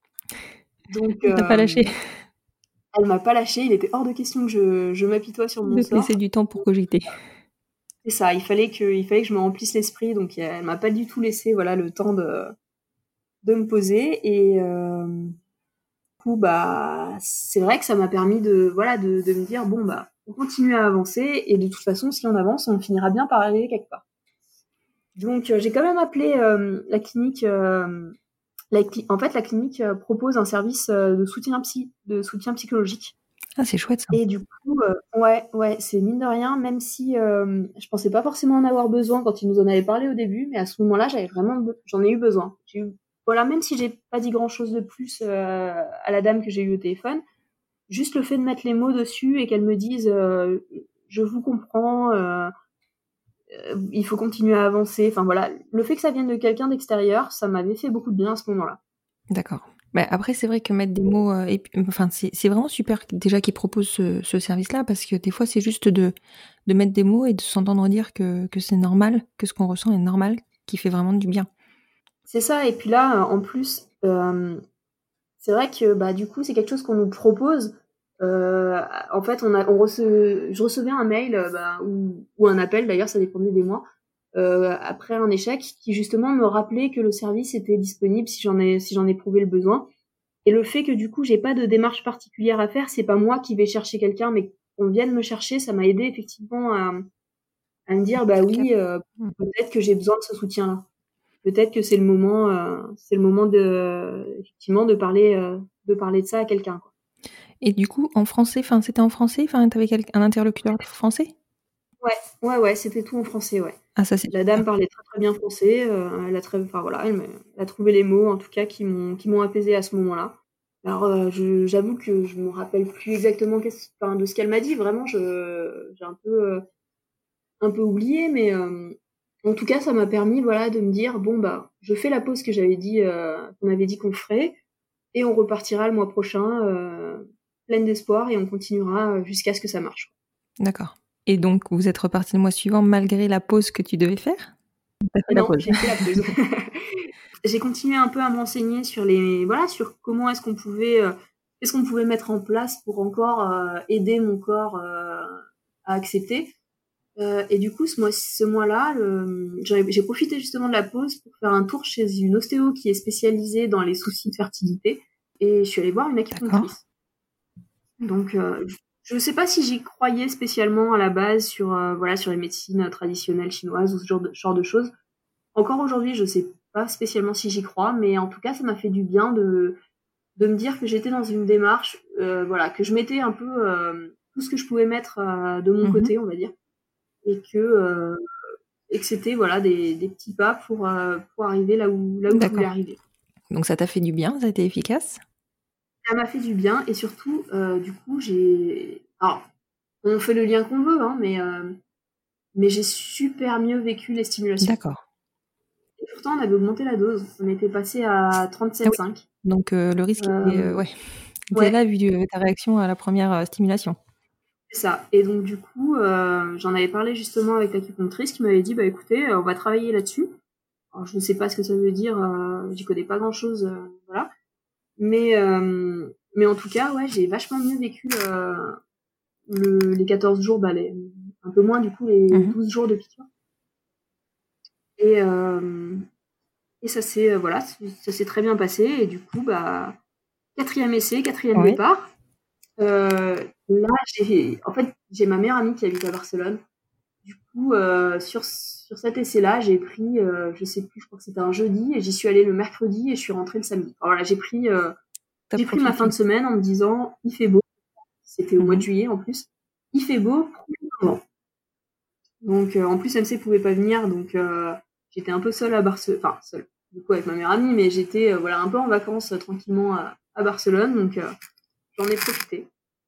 Donc Elle t'a pas lâché. hem, elle m'a pas lâchée, il était hors de question que je je m'apitoie sur mon De te laisser sort. du temps pour cogiter. C'est ça, il fallait que il fallait que je me remplisse l'esprit, donc elle m'a pas du tout laissé, voilà, le temps de de me poser. Et hem, du coup, bah, c'est vrai que ça m'a permis de, voilà, de de me dire: «Bon, bah, on continue à avancer et de toute façon, si on avance, on finira bien par arriver quelque part». Donc heu, j'ai quand même appelé, hem, la clinique, hem, la cli en fait, la clinique, heu, propose un service, heu, de soutien psy de soutien psychologique. Ah, c'est chouette ça. Et du coup, heu ouais, ouais, c'est mine de rien, même si, hem, je pensais pas forcément en avoir besoin quand ils nous en avaient parlé au début, mais à ce moment-là, j'avais vraiment be j'en ai eu besoin. J'ai eu voilà, même si j'ai pas dit grand chose de plus, heu, à la dame que j'ai eue au téléphone, juste le fait de mettre les mots dessus et qu'elle me dise, heu: «Je vous comprends, heu heu, il faut continuer à avancer». Enfin voilà, le fait que ça vienne de quelqu'un d'extérieur, ça m'avait fait beaucoup de bien à ce moment-là. D'accord. Bah, après, c'est vrai que mettre des mots, heu et puis enfin, c'est c'est vraiment super q déjà qu'ils proposent ce ce service-là parce que des fois, c'est juste de de mettre des mots et de s'entendre dire que que c'est normal, que ce qu'on ressent est normal, qui fait vraiment du bien. C'est ça. Et puis là, en plus, hem c'est vrai que, bah, du coup, c'est quelque chose qu'on nous propose. Heu, en fait, on a on rece je recevais un mail, heu, bah, ou ou un appel d'ailleurs, ça dépendait des mois, heu, après un échec qui justement me rappelait que le service était disponible si j'en ai si j'en éprouvais le besoin. Et le fait que du coup j'ai pas de démarche particulière à faire, c'est pas moi qui vais chercher quelqu'un, mais qu'on vienne me chercher, ça m'a aidé effectivement à, à me dire bah oui, euh, peut-être que j'ai besoin de ce soutien-là. Peut-être que c'est le moment, euh, c'est le moment de euh, effectivement de parler, euh, de parler de ça à quelqu'un, quoi. Et du coup, en français, enfin, c'était en français, enfin, t'avais quel- un interlocuteur français? Ouais, ouais, ouais, c'était tout en français, ouais. Ah, ça c'est. La dame parlait très très bien français, euh, elle a très, enfin voilà, elle, m'a- elle a trouvé les mots en tout cas qui m'ont, qui m'ont apaisé à ce moment-là. Alors, euh, je, j'avoue que je me rappelle plus exactement qu'est-ce, enfin, de ce qu'elle m'a dit. Vraiment, je, j'ai un peu, euh, un peu oublié, mais euh, en tout cas, ça m'a permis, voilà, de me dire bon bah, je fais la pause que j'avais dit, euh, qu'on avait dit qu'on ferait, et on repartira le mois prochain, euh, pleine d'espoir, et on continuera jusqu'à ce que ça marche. D'accord. Et donc, vous êtes reparti le mois suivant malgré la pause que tu devais faire? T'as fait la Non, pause. j'ai fait la pause. J'ai continué un peu à m'enseigner sur les, voilà, sur comment est-ce qu'on pouvait, euh, qu'est-ce qu'on pouvait mettre en place pour encore euh, aider mon corps euh, à accepter. Euh, et du coup, ce mois, ce mois-là, le, j'ai, j'ai profité justement de la pause pour faire un tour chez une ostéo qui est spécialisée dans les soucis de fertilité. Et je suis allée voir une acupunctrice. Donc, euh, je ne sais pas si j'y croyais spécialement à la base sur, euh, voilà, sur les médecines traditionnelles chinoises ou ce genre de, genre de choses. Encore aujourd'hui, je sais pas spécialement si j'y crois, mais en tout cas, ça m'a fait du bien de, de me dire que j'étais dans une démarche, euh, voilà, que je mettais un peu euh, tout ce que je pouvais mettre euh, de mon Mhm. côté, on va dire, et que, euh, et que c'était voilà des, des petits pas pour, euh, pour arriver là où, là où je voulais arriver. Donc ça t'a fait du bien, ça a été efficace? Ça m'a fait du bien, et surtout, euh, du coup, j'ai... Alors, on fait le lien qu'on veut, hein, mais, euh, mais j'ai super mieux vécu les stimulations. D'accord. Et pourtant, on avait augmenté la dose. On était passé à trente-sept virgule cinq. Ah oui. Donc euh, le risque Euh, était, euh, ouais, était ouais. là vu de, ta réaction à la première euh, stimulation. C'est ça. Et donc du coup, euh, j'en avais parlé justement avec l'acupunctrice qui m'avait dit, bah écoutez, euh, on va travailler là-dessus. Alors je ne sais pas ce que ça veut dire, euh, j'y connais pas grand-chose, euh, voilà. Mais euh, mais en tout cas, ouais, j'ai vachement mieux vécu euh, le, les quatorze jours, bah les, un peu moins du coup les Mhm. douze jours de piqûre. Et euh, et ça s'est euh, voilà, ça s'est très bien passé, et du coup bah quatrième essai, quatrième Ouais. départ. Euh, là, j'ai, en fait, j'ai ma meilleure amie qui habite à Barcelone. Du coup, euh, sur, sur cet essai-là, j'ai pris, euh, je sais plus, je crois que c'était un jeudi, et j'y suis allée le mercredi et je suis rentrée le samedi. Alors voilà, j'ai pris, euh, T'as j'ai pris ma fin de semaine en me disant, il fait beau. C'était au Mhm. mois de juillet en plus. Il fait beau, probablement. Donc, euh, en plus, M C pouvait pas venir, donc euh, j'étais un peu seule à Barcelone, enfin seule, du coup avec ma meilleure amie, mais j'étais, euh, voilà, un peu en vacances euh, tranquillement à, à Barcelone, donc euh, j'en ai profité.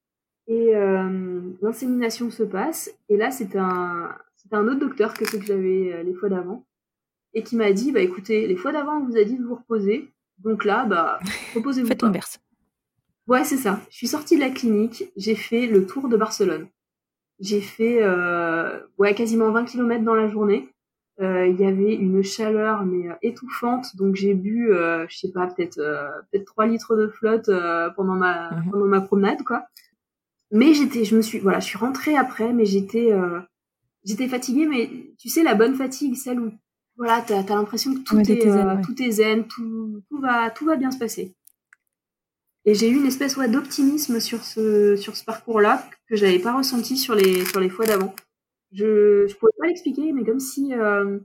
Et euh, l'insémination se passe, et là c'est un, c'est un autre docteur que ceux que j'avais euh, les fois d'avant, et qui m'a dit, bah écoutez, les fois d'avant on vous a dit de vous reposer, donc là, bah reposez-vous Faites pas. l'inverse. Ouais, c'est ça. Je suis sortie de la clinique, j'ai fait le tour de Barcelone. J'ai fait euh, ouais, quasiment vingt kilomètres dans la journée. Euh, Il y avait une chaleur mais euh, étouffante, donc j'ai bu, euh, je sais pas, peut-être euh, peut-être trois litres de flotte euh, pendant ma Mhm. pendant ma promenade, quoi. Mais j'étais, je me suis, voilà, je suis rentrée après, mais j'étais, euh, j'étais fatiguée, mais tu sais, la bonne fatigue, celle où, voilà, t'as, t'as l'impression que tout Ouais, est, t'étais zen, euh, ouais. tout est zen, tout, tout va, tout va bien se passer. Et j'ai eu une espèce, ouais, d'optimisme sur ce, sur ce parcours-là que j'avais pas ressenti sur les, sur les fois d'avant. Je, je pourrais pas l'expliquer, mais comme si, euh,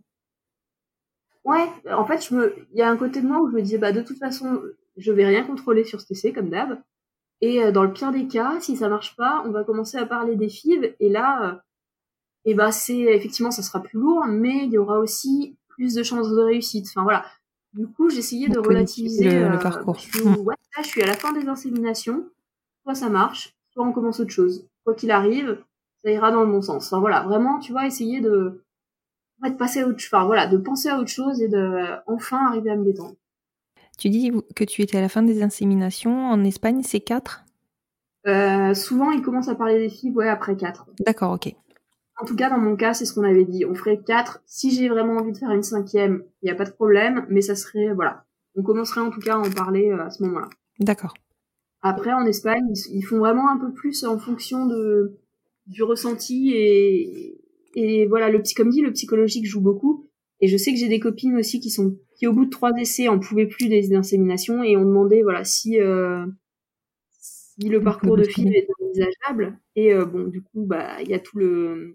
ouais, en fait, je me, il y a un côté de moi où je me disais, bah, de toute façon, je vais rien contrôler sur cet essai, comme d'hab. Et euh, dans le pire des cas, si ça marche pas, on va commencer à parler des F I V. Et là, euh, et bah c'est effectivement, ça sera plus lourd, mais il y aura aussi plus de chances de réussite. Enfin voilà. Du coup, j'essayais de Donc, relativiser. le, euh, le parcours. Je suis, ouais, là, je suis à la fin des inséminations. Soit ça marche, soit on commence autre chose. Quoi qu'il arrive, ça ira dans le bon sens. Enfin voilà, vraiment, tu vois, essayer de, de passer à autre, enfin voilà, de penser à autre chose et de euh, enfin arriver à me détendre. Tu dis que tu étais à la fin des inséminations. En Espagne, c'est quatre? Euh, souvent, ils commencent à parler des F I V, ouais, après quatre. D'accord, ok. En tout cas, dans mon cas, c'est ce qu'on avait dit. On ferait quatre. Si j'ai vraiment envie de faire une cinquième, il n'y a pas de problème, mais ça serait, voilà. On commencerait en tout cas à en parler euh, à ce moment-là. D'accord. Après, en Espagne, ils, ils font vraiment un peu plus en fonction de, du ressenti et, et voilà, le, comme dit, le psychologique joue beaucoup. Et je sais que j'ai des copines aussi qui sont qui au bout de trois essais en pouvaient plus des inséminations et ont demandé voilà si euh, si le parcours de F I V est envisageable. Et euh, bon, du coup, bah il y a tout le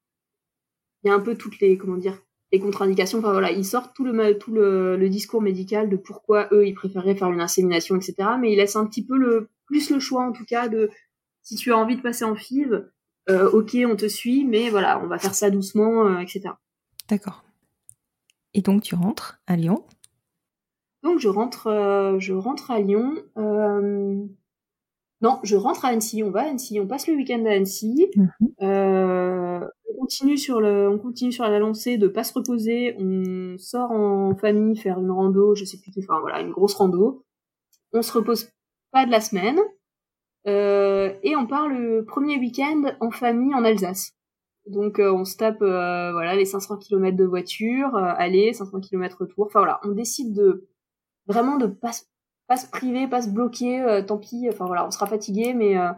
il y a un peu toutes les comment dire les contre-indications. Enfin voilà, ils sortent tout le tout le, le discours médical de pourquoi eux ils préféraient faire une insémination, et cetera. Mais ils laissent un petit peu le plus le choix en tout cas de si tu as envie de passer en F I V, euh, ok, on te suit, mais voilà, on va faire ça doucement, euh, et cetera. D'accord. Et donc tu rentres à Lyon? Donc je rentre, euh, je rentre à Lyon. Euh... Non, je rentre à Annecy. On va à Annecy. On passe le week-end à Annecy. Mmh. Euh, on continue sur le, on continue sur la lancée de pas se reposer. On sort en famille faire une rando, je sais plus, enfin voilà, une grosse rando. On se repose pas de la semaine. Euh, et on part le premier week-end en famille en Alsace. Donc euh, on se tape euh, voilà les cinq cents kilomètres de voiture, euh, aller cinq cents kilomètres retour. Enfin voilà, on décide de vraiment de pas pas se priver, pas se bloquer. Euh, tant pis. Enfin voilà, on sera fatigué, mais euh,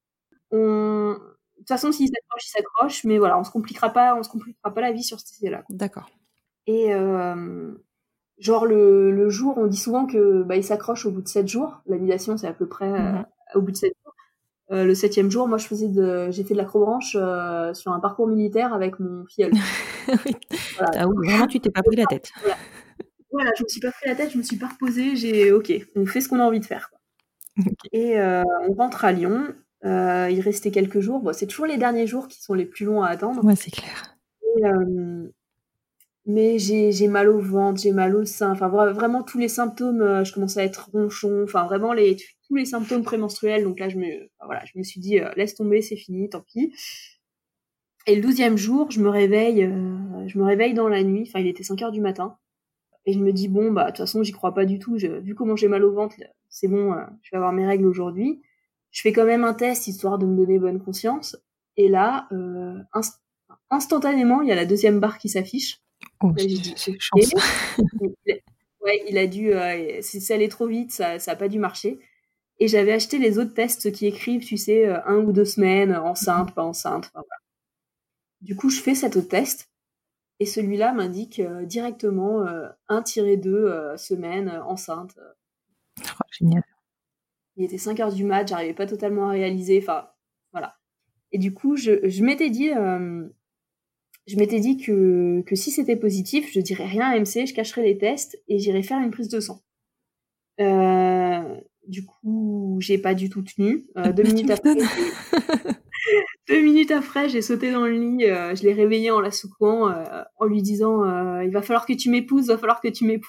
on de toute façon s'il s'accroche, il s'accroche. Mais voilà, on se compliquera pas, on se compliquera pas la vie sur cet essai-là. D'accord. Et euh, genre le, le jour, on dit souvent que bah il s'accroche au bout de sept jours. L'annulation c'est à peu près euh, Mmh. au bout de sept jours. Euh, le septième jour, moi, je faisais de, j'ai fait de l'acrobranche euh, sur un parcours militaire avec mon filleul. Oui. Voilà. Ah oui, vraiment, tu t'es pas pris la tête. Voilà. Voilà, je me suis pas pris la tête, je me suis pas reposée. J'ai, ok, on fait ce qu'on a envie de faire, quoi. Okay. Et euh, on rentre à Lyon. Euh, il restait quelques jours. Bon, c'est toujours les derniers jours qui sont les plus longs à attendre. Ouais, c'est clair. Et, euh, mais j'ai, j'ai mal au ventre, j'ai mal au sein. Enfin, vra- vraiment tous les symptômes. Euh, je commence à être ronchon. Enfin, vraiment les tous les symptômes prémenstruels. Donc là, je me, enfin, voilà, je me suis dit, euh, laisse tomber, c'est fini, tant pis. Et le douzième jour, je me réveille, euh, je me réveille dans la nuit. Enfin, il était cinq heures du matin. Et je me dis, bon, bah, de toute façon, j'y crois pas du tout. Je, vu comment j'ai mal au ventre, c'est bon, euh, je vais avoir mes règles aujourd'hui. Je fais quand même un test, histoire de me donner bonne conscience. Et là, euh, inst- instantanément, il y a la deuxième barre qui s'affiche. Oh, Là, c'est, j'ai dit, c'est ok. chance. Il a- ouais, il a dû, euh, c'est, c'est allé trop vite, ça, ça a pas dû marcher. Et j'avais acheté les autres tests qui écrivent, tu sais, euh, un ou deux semaines, enceinte, pas enceinte, enfin, voilà. Du coup, je fais cet autre test. Et celui-là m'indique euh, directement euh, un deux euh, semaines euh, enceinte. Oh, génial. Il était cinq heures du mat, j'arrivais pas totalement à réaliser. Enfin, voilà. Et du coup, je, je m'étais dit, euh, je m'étais dit que, que si c'était positif, je dirais rien à M C, je cacherais les tests et j'irais faire une prise de sang. Euh, du coup, j'ai pas du tout tenu. Euh, deux, minutes après, deux minutes après, j'ai sauté dans le lit, euh, je l'ai réveillée en la secouant, euh, en lui disant euh, « Il va falloir que tu m'épouses, il va falloir que tu m'épouses. »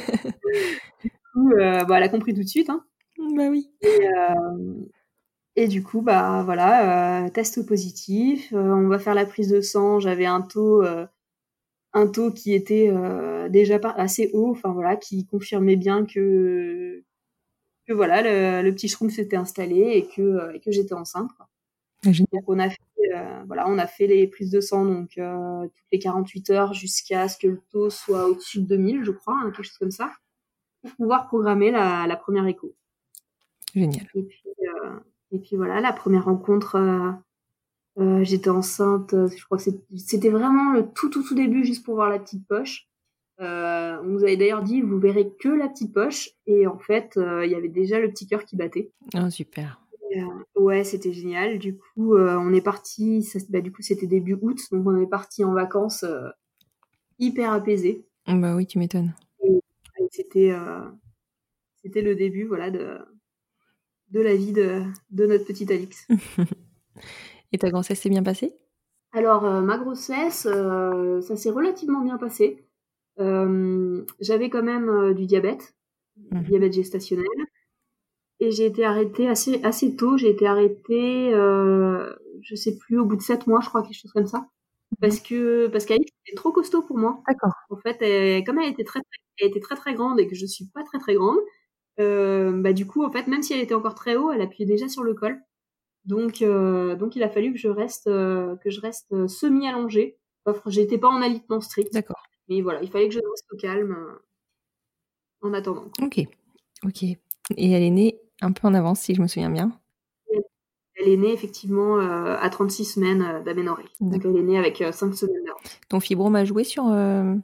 Du coup, euh, bah, elle a compris tout de suite. Hein. Bah oui. Et, euh, et du coup, bah voilà, euh, test positif. Euh, on va faire la prise de sang. J'avais un taux, euh, un taux qui était euh, déjà pas assez haut, enfin voilà, qui confirmait bien que que voilà, le, le petit shroom s'était installé et que euh, et que j'étais enceinte. Quoi. Génial. Donc on a fait, euh, voilà, on a fait les prises de sang donc euh, toutes les quarante-huit heures jusqu'à ce que le taux soit au-dessus de deux mille, je crois, hein, quelque chose comme ça, pour pouvoir programmer la, la première écho. Génial. Et puis, euh, et puis voilà, la première rencontre, euh, euh, j'étais enceinte, je crois que c'était vraiment le tout tout tout début, juste pour voir la petite poche. Euh, on nous avait d'ailleurs dit, vous verrez que la petite poche, et en fait, il euh, y avait déjà le petit cœur qui battait. Oh, super. Et, euh, ouais, c'était génial. Du coup, euh, on est parti, ça, bah, du coup, c'était début août, donc on est parti en vacances euh, hyper apaisés. Bah oui, tu m'étonnes. Et, et c'était, euh, c'était le début, voilà, de, de la vie de, de notre petite Alix. Et ta grossesse s'est bien passée ? Alors, euh, ma grossesse, euh, ça s'est relativement bien passé. Euh, j'avais quand même euh, du diabète, Mmh. du diabète gestationnel. Et j'ai été arrêtée assez, assez tôt. J'ai été arrêtée, euh, je sais plus, au bout de sept mois, je crois, quelque chose comme ça. Parce que, parce qu'Alix était trop costaud pour moi. D'accord. En fait, elle, comme elle était très, très, elle était très, très grande et que je suis pas très, très grande, euh, bah, du coup, en fait, même si elle était encore très haut, elle appuyait déjà sur le col. Donc, euh, donc il a fallu que je reste, euh, que je reste euh, semi-allongée. Enfin, j'étais pas en alitement strict. D'accord. Mais voilà, il fallait que je reste au calme euh, en attendant. Ok. Ok. Et elle est née un peu en avance, si je me souviens bien. Elle est née effectivement euh, à trente-six semaines euh, d'aménorrhée. Donc elle est née avec euh, cinq semaines d'avance. Ton fibrome a joué sur, euh,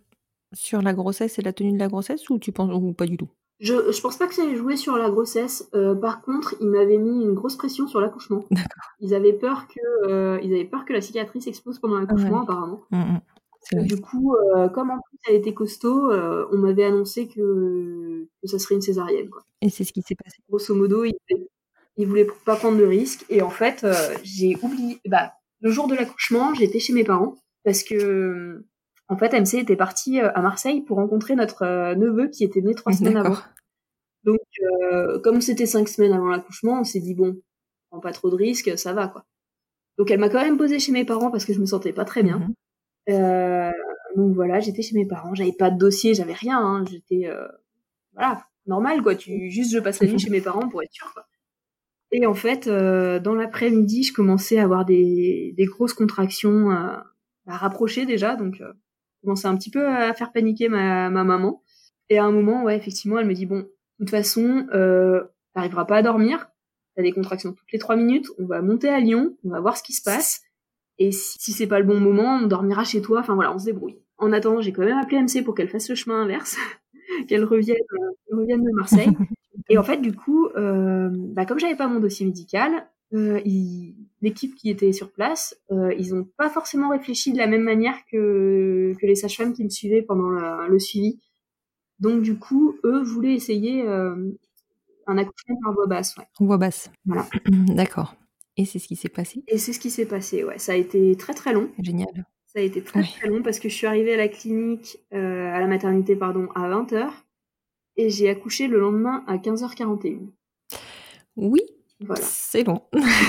sur la grossesse et la tenue de la grossesse ou tu penses ou pas du tout? Je, je pense pas que ça ait joué sur la grossesse. Euh, par contre, ils m'avaient mis une grosse pression sur l'accouchement. D'accord. Ils avaient peur que, euh, ils avaient peur que la cicatrice explose pendant l'accouchement, Ouais. apparemment. Mmh mh. C'est Et vrai. du coup, euh, comme en plus elle était costaud, euh, on m'avait annoncé que, que ça serait une césarienne, quoi. Et c'est ce qui s'est passé? Grosso modo, ils, ils voulaient pas prendre de risque. Et en fait, euh, j'ai oublié. Bah, le jour de l'accouchement, j'étais chez mes parents parce que, en fait, M C était partie à Marseille pour rencontrer notre euh, neveu qui était né trois semaines D'accord. avant. Donc, euh, comme c'était cinq semaines avant l'accouchement, on s'est dit bon, on prend pas trop de risques, ça va, quoi. Donc, elle m'a quand même posée chez mes parents parce que je me sentais pas très bien. Mmh mh. Euh, donc voilà, j'étais chez mes parents, j'avais pas de dossier, j'avais rien, hein, j'étais euh, voilà, normal, quoi. Tu juste, je passe la nuit chez mes parents pour être sûre, quoi. Et en fait, euh, dans l'après-midi, je commençais à avoir des, des grosses contractions euh, à rapprocher déjà, donc euh, je commençais un petit peu à faire paniquer ma, ma maman. Et à un moment, ouais, effectivement, elle me dit bon, de toute façon, euh, t'arriveras pas à dormir, t'as des contractions toutes les trois minutes, on va monter à Lyon, on va voir ce qui se passe, et si, si c'est pas le bon moment, on dormira chez toi, enfin voilà, on se débrouille. En attendant, j'ai quand même appelé M C pour qu'elle fasse le chemin inverse, qu'elle revienne, euh, qu'elle revienne de Marseille. Et en fait, du coup, euh, bah, comme j'avais pas mon dossier médical, euh, ils, l'équipe qui était sur place, euh, ils ont pas forcément réfléchi de la même manière que, que les sages-femmes qui me suivaient pendant le, le suivi. Donc du coup, eux voulaient essayer euh, un accouchement par voie basse. Ouais. Voix basse. Voilà. D'accord. Et c'est ce qui s'est passé? Et c'est ce qui s'est passé, ouais. Ça a été très très long. Génial. Ça a été très Oui. très long parce que je suis arrivée à la clinique, euh, à la maternité, pardon, à vingt heures et j'ai accouché le lendemain à quinze heures quarante et une. Oui, Voilà. c'est long.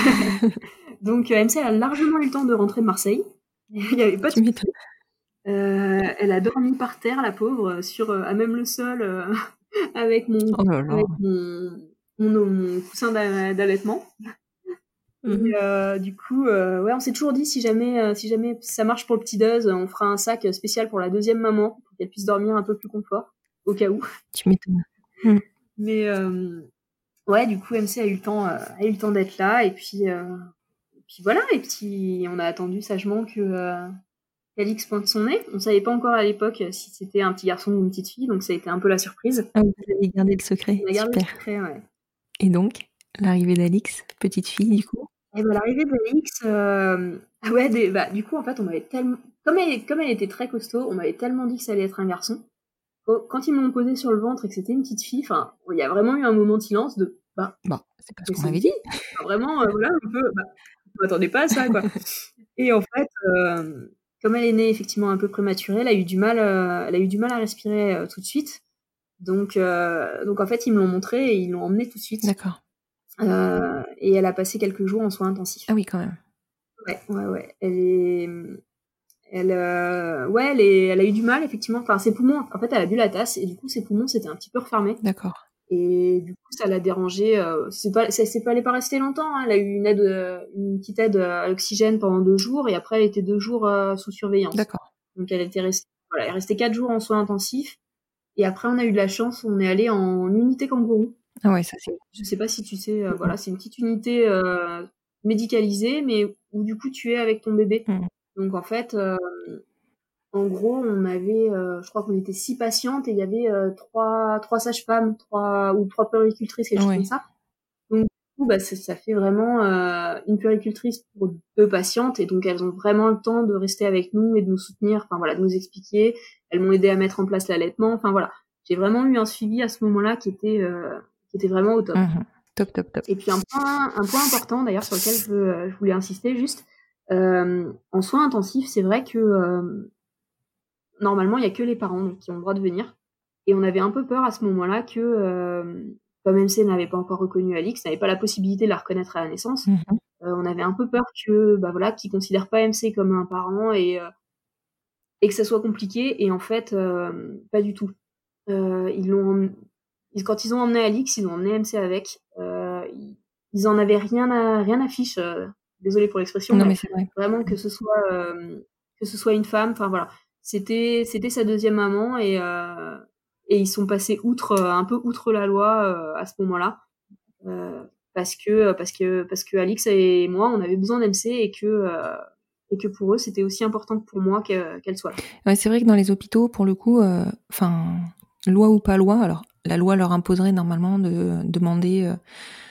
Donc euh, M C a largement eu le temps de rentrer de Marseille. Il n'y avait pas de Tu m'étonnes. Euh, elle a dormi par terre, la pauvre, sur euh, à même le sol, euh, avec mon Oh là là. avec mon, mon, mon coussin d'a- d'allaitement. Mmh Et mh. euh, du coup, euh, ouais, on s'est toujours dit si jamais euh, si jamais ça marche pour le petit Duz, on fera un sac spécial pour la deuxième maman pour qu'elle puisse dormir un peu plus confort au cas où. Tu m'étonnes. Mmh. Mais euh, ouais, du coup, M C a eu le temps euh, a eu le temps d'être là et puis euh, et puis voilà et puis on a attendu sagement que euh, Alix pointe son nez. On savait pas encore à l'époque si c'était un petit garçon ou une petite fille, donc ça a été un peu la surprise. Ah, vous avez gardé le secret. On a gardé le Super. secret, ouais. Et donc, l'arrivée d'Alix, petite fille du coup? Et bah, l'arrivée d'Alix, euh... ouais, des... bah, du coup, en fait, on m'avait tellement, comme elle, comme elle était très costaud, on m'avait tellement dit que ça allait être un garçon. Quand ils m'ont posé sur le ventre et que c'était une petite fille, enfin, il y a vraiment eu un moment de silence de, bah, Bah, c'est pas ce mais qu'on c'est m'avait une dit. fille. Enfin, vraiment, euh, voilà, un peu, bah, je m'attendais pas à ça, quoi. Et en fait, euh, comme elle est née effectivement un peu prématurée, elle a eu du mal, euh, elle a eu du mal à respirer euh, tout de suite. Donc, euh, donc en fait, ils me l'ont montré et ils l'ont emmenée tout de suite. D'accord. Euh, et elle a passé quelques jours en soins intensifs. Ah oui, quand même. Ouais, ouais, ouais. Elle est, elle, euh, ouais, elle est, elle a eu du mal effectivement. Enfin, ses poumons, en fait, elle a bu la tasse et du coup, ses poumons s'étaient un petit peu refermés. D'accord. Et du coup, ça l'a dérangée. Euh, c'est pas, ça, c'est pas, elle est pas restée longtemps. Hein. Elle a eu une aide, euh, une petite aide à l'oxygène pendant deux jours et après, elle était deux jours euh, sous surveillance. D'accord. Donc, elle était restée, voilà, elle est restée quatre jours en soins intensifs. Et après, on a eu de la chance. On est allé en unité kangourou. Ah ouais, ça c'est. Je sais pas si tu sais, euh, voilà, c'est une petite unité euh, médicalisée, mais où du coup, tu es avec ton bébé. Mmh. Donc, en fait. Euh, En gros, on avait, euh, je crois qu'on était six patientes et il y avait euh, trois, trois sages-femmes, trois ou trois puéricultrices, quelque chose Ouais. comme ça. Donc, du coup, bah, ça, ça fait vraiment euh, une puéricultrice pour deux patientes et donc elles ont vraiment le temps de rester avec nous et de nous soutenir, enfin voilà, de nous expliquer. Elles m'ont aidé à mettre en place l'allaitement. Enfin voilà, j'ai vraiment eu un suivi à ce moment-là qui était, euh, qui était vraiment au top. Mmh. Top, top, top. Et puis un point, un point important d'ailleurs sur lequel je, veux, je voulais insister juste, euh, en soins intensifs, c'est vrai que euh, normalement, il n'y a que les parents qui ont le droit de venir. Et on avait un peu peur à ce moment-là que, euh, comme M C n'avait pas encore reconnu Alix, n'avait pas la possibilité de la reconnaître à la naissance, Mmh. euh, on avait un peu peur que, bah voilà, qu'ils considèrent pas M C comme un parent et, euh, et que ça soit compliqué. Et en fait, euh, pas du tout. Euh, ils l'ont, ils, quand ils ont emmené Alix, ils ont emmené M C avec. Euh, ils, ils en avaient rien à, rien à fiche. Euh, désolée pour l'expression, Non mais mais c'est vrai. vraiment que ce soit, euh, que ce soit une femme. Enfin voilà. C'était, c'était sa deuxième maman et, euh, et ils sont passés outre, un peu outre la loi euh, à ce moment-là, euh, parce que, parce que, parce que Alix et moi, on avait besoin d'M C et que, euh, et que pour eux, c'était aussi important que pour moi que, qu'elle soit là. Ouais, c'est vrai que dans les hôpitaux, pour le coup, enfin, euh, loi ou pas loi, alors la loi leur imposerait normalement de demander euh,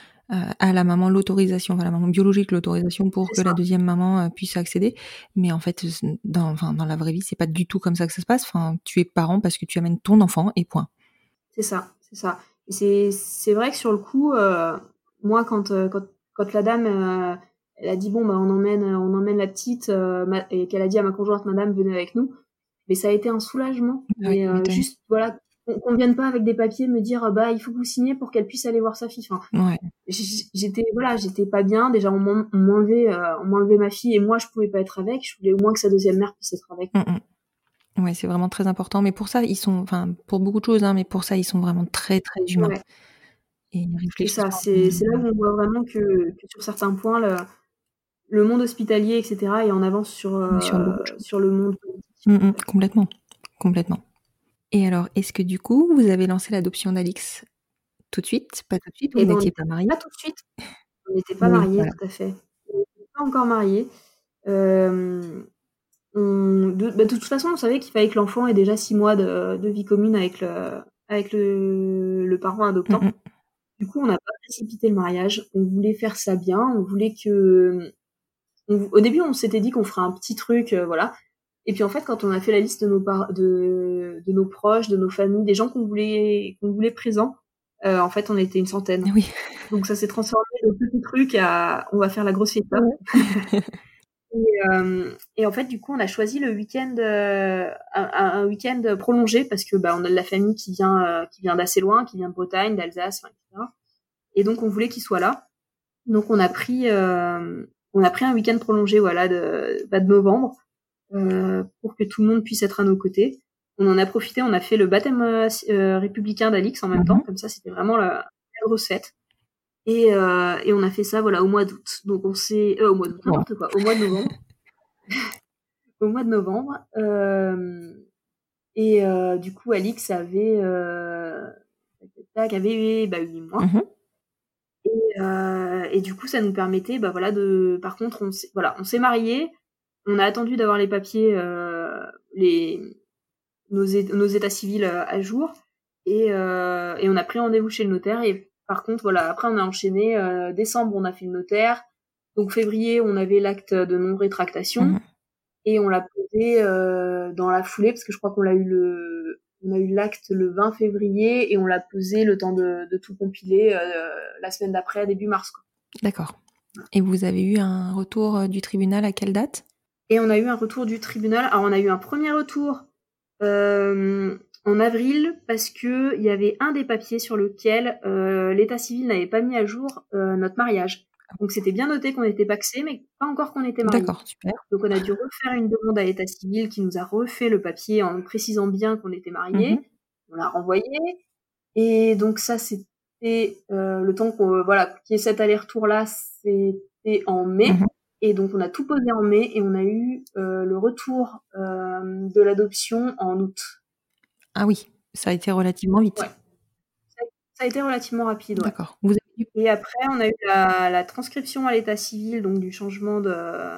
à la maman l'autorisation, enfin la maman biologique l'autorisation pour c'est que ça. La deuxième maman puisse accéder. Mais en fait, dans, enfin, dans la vraie vie, c'est pas du tout comme ça que ça se passe. Enfin, tu es parent parce que tu amènes ton enfant et point. C'est ça, c'est ça. Et c'est, c'est vrai que sur le coup, euh, moi, quand, euh, quand, quand la dame, euh, elle a dit bon bah on emmène, on emmène la petite, euh, ma, et qu'elle a dit à ma conjointe, madame, venez avec nous. Mais ça a été un soulagement. Ouais, mais euh, juste voilà. Qu'on vienne pas avec des papiers me dire bah il faut que vous signiez pour qu'elle puisse aller voir sa fille. Enfin, ouais. j'étais voilà, j'étais pas bien. Déjà on m'enlevait, euh, on m'enlevait ma fille et moi je pouvais pas être avec. Je voulais au moins que sa deuxième mère puisse être avec. Mm-mm. Ouais, c'est vraiment très important. Mais pour ça ils sont, enfin pour beaucoup de choses, hein, mais pour ça ils sont vraiment très très humains. Ouais. Et ils réfléchissent. C'est ça. C'est, c'est là où on voit vraiment que, que sur certains points le, le monde hospitalier et cetera est en avance sur euh, sur, sur le monde politique. Mm-mm. Complètement, complètement. Et alors, est-ce que du coup, vous avez lancé l'adoption d'Alix tout de suite, pas tout de suite, ou vous n'étiez pas mariés ? Pas tout de suite. On n'était pas oui, mariés, voilà. Tout à fait. On n'était pas encore mariés. Euh, on, de, bah, de toute façon, on savait qu'il fallait que l'enfant ait déjà six mois de, de vie commune avec le, avec le, le parent adoptant. Mm-hmm. Du coup, on n'a pas précipité le mariage. On voulait faire ça bien. On voulait que... On, au début, on s'était dit qu'on ferait un petit truc, euh, voilà. Et puis en fait, quand on a fait la liste de nos, par- de, de nos proches, de nos familles, des gens qu'on voulait, qu'on voulait présents, euh, en fait, on était une centaine. Oui. Donc ça s'est transformé de petit truc à on va faire la grosse fiesta. Ouais. et, euh, et en fait, du coup, on a choisi le week-end, euh, un, un week-end prolongé parce que bah on a de la famille qui vient, euh, qui vient d'assez loin, qui vient de Bretagne, d'Alsace, et cetera. Et donc on voulait qu'il soit là. Donc on a pris, euh, on a pris un week-end prolongé, voilà, de, bah, de novembre. Euh, pour que tout le monde puisse être à nos côtés. On en a profité, on a fait le baptême euh, républicain d'Alix en même mm-hmm. temps, comme ça c'était vraiment la, la recette. Et, euh, et on a fait ça voilà au mois d'août. Donc on s'est euh, au mois d'août n'importe quoi, au mois de novembre. au mois de novembre. Euh, et euh, du coup Alix avait euh, avait bah, huit mois. Mm-hmm. Et, euh, et du coup ça nous permettait bah voilà de par contre on s'est, voilà on s'est mariés. On a attendu d'avoir les papiers, euh, les, nos, é- nos états civils euh, à jour, et, euh, et on a pris rendez-vous chez le notaire. Et par contre, voilà, après on a enchaîné. Euh, décembre, on a fait le notaire. Donc février, on avait l'acte de non-rétractation, mmh. et on l'a posé euh, dans la foulée parce que je crois qu'on l'a eu le, on a eu l'acte le vingt février et on l'a posé le temps de, de tout compiler euh, la semaine d'après, début mars, quoi. D'accord. Et vous avez eu un retour du tribunal à quelle date ? Et on a eu un retour du tribunal. Alors, on a eu un premier retour euh, en avril parce que il y avait un des papiers sur lequel euh, l'état civil n'avait pas mis à jour euh, notre mariage. Donc, c'était bien noté qu'on était pacsé, mais pas encore qu'on était mariés. D'accord, super. Donc, on a dû refaire une demande à l'état civil qui nous a refait le papier en précisant bien qu'on était mariés. Mm-hmm. On l'a renvoyé. Et donc, ça, c'était euh, le temps qu'on, voilà, qu'il y ait cet aller-retour-là, c'était en mai. Mm-hmm. Et donc, on a tout posé en mai et on a eu euh, le retour euh, de l'adoption en août. Ah oui, ça a été relativement vite. Ouais. Ça, ça a été relativement rapide, ouais. D'accord. Vous avez... Et après, on a eu la, la transcription à l'état civil, donc du changement de,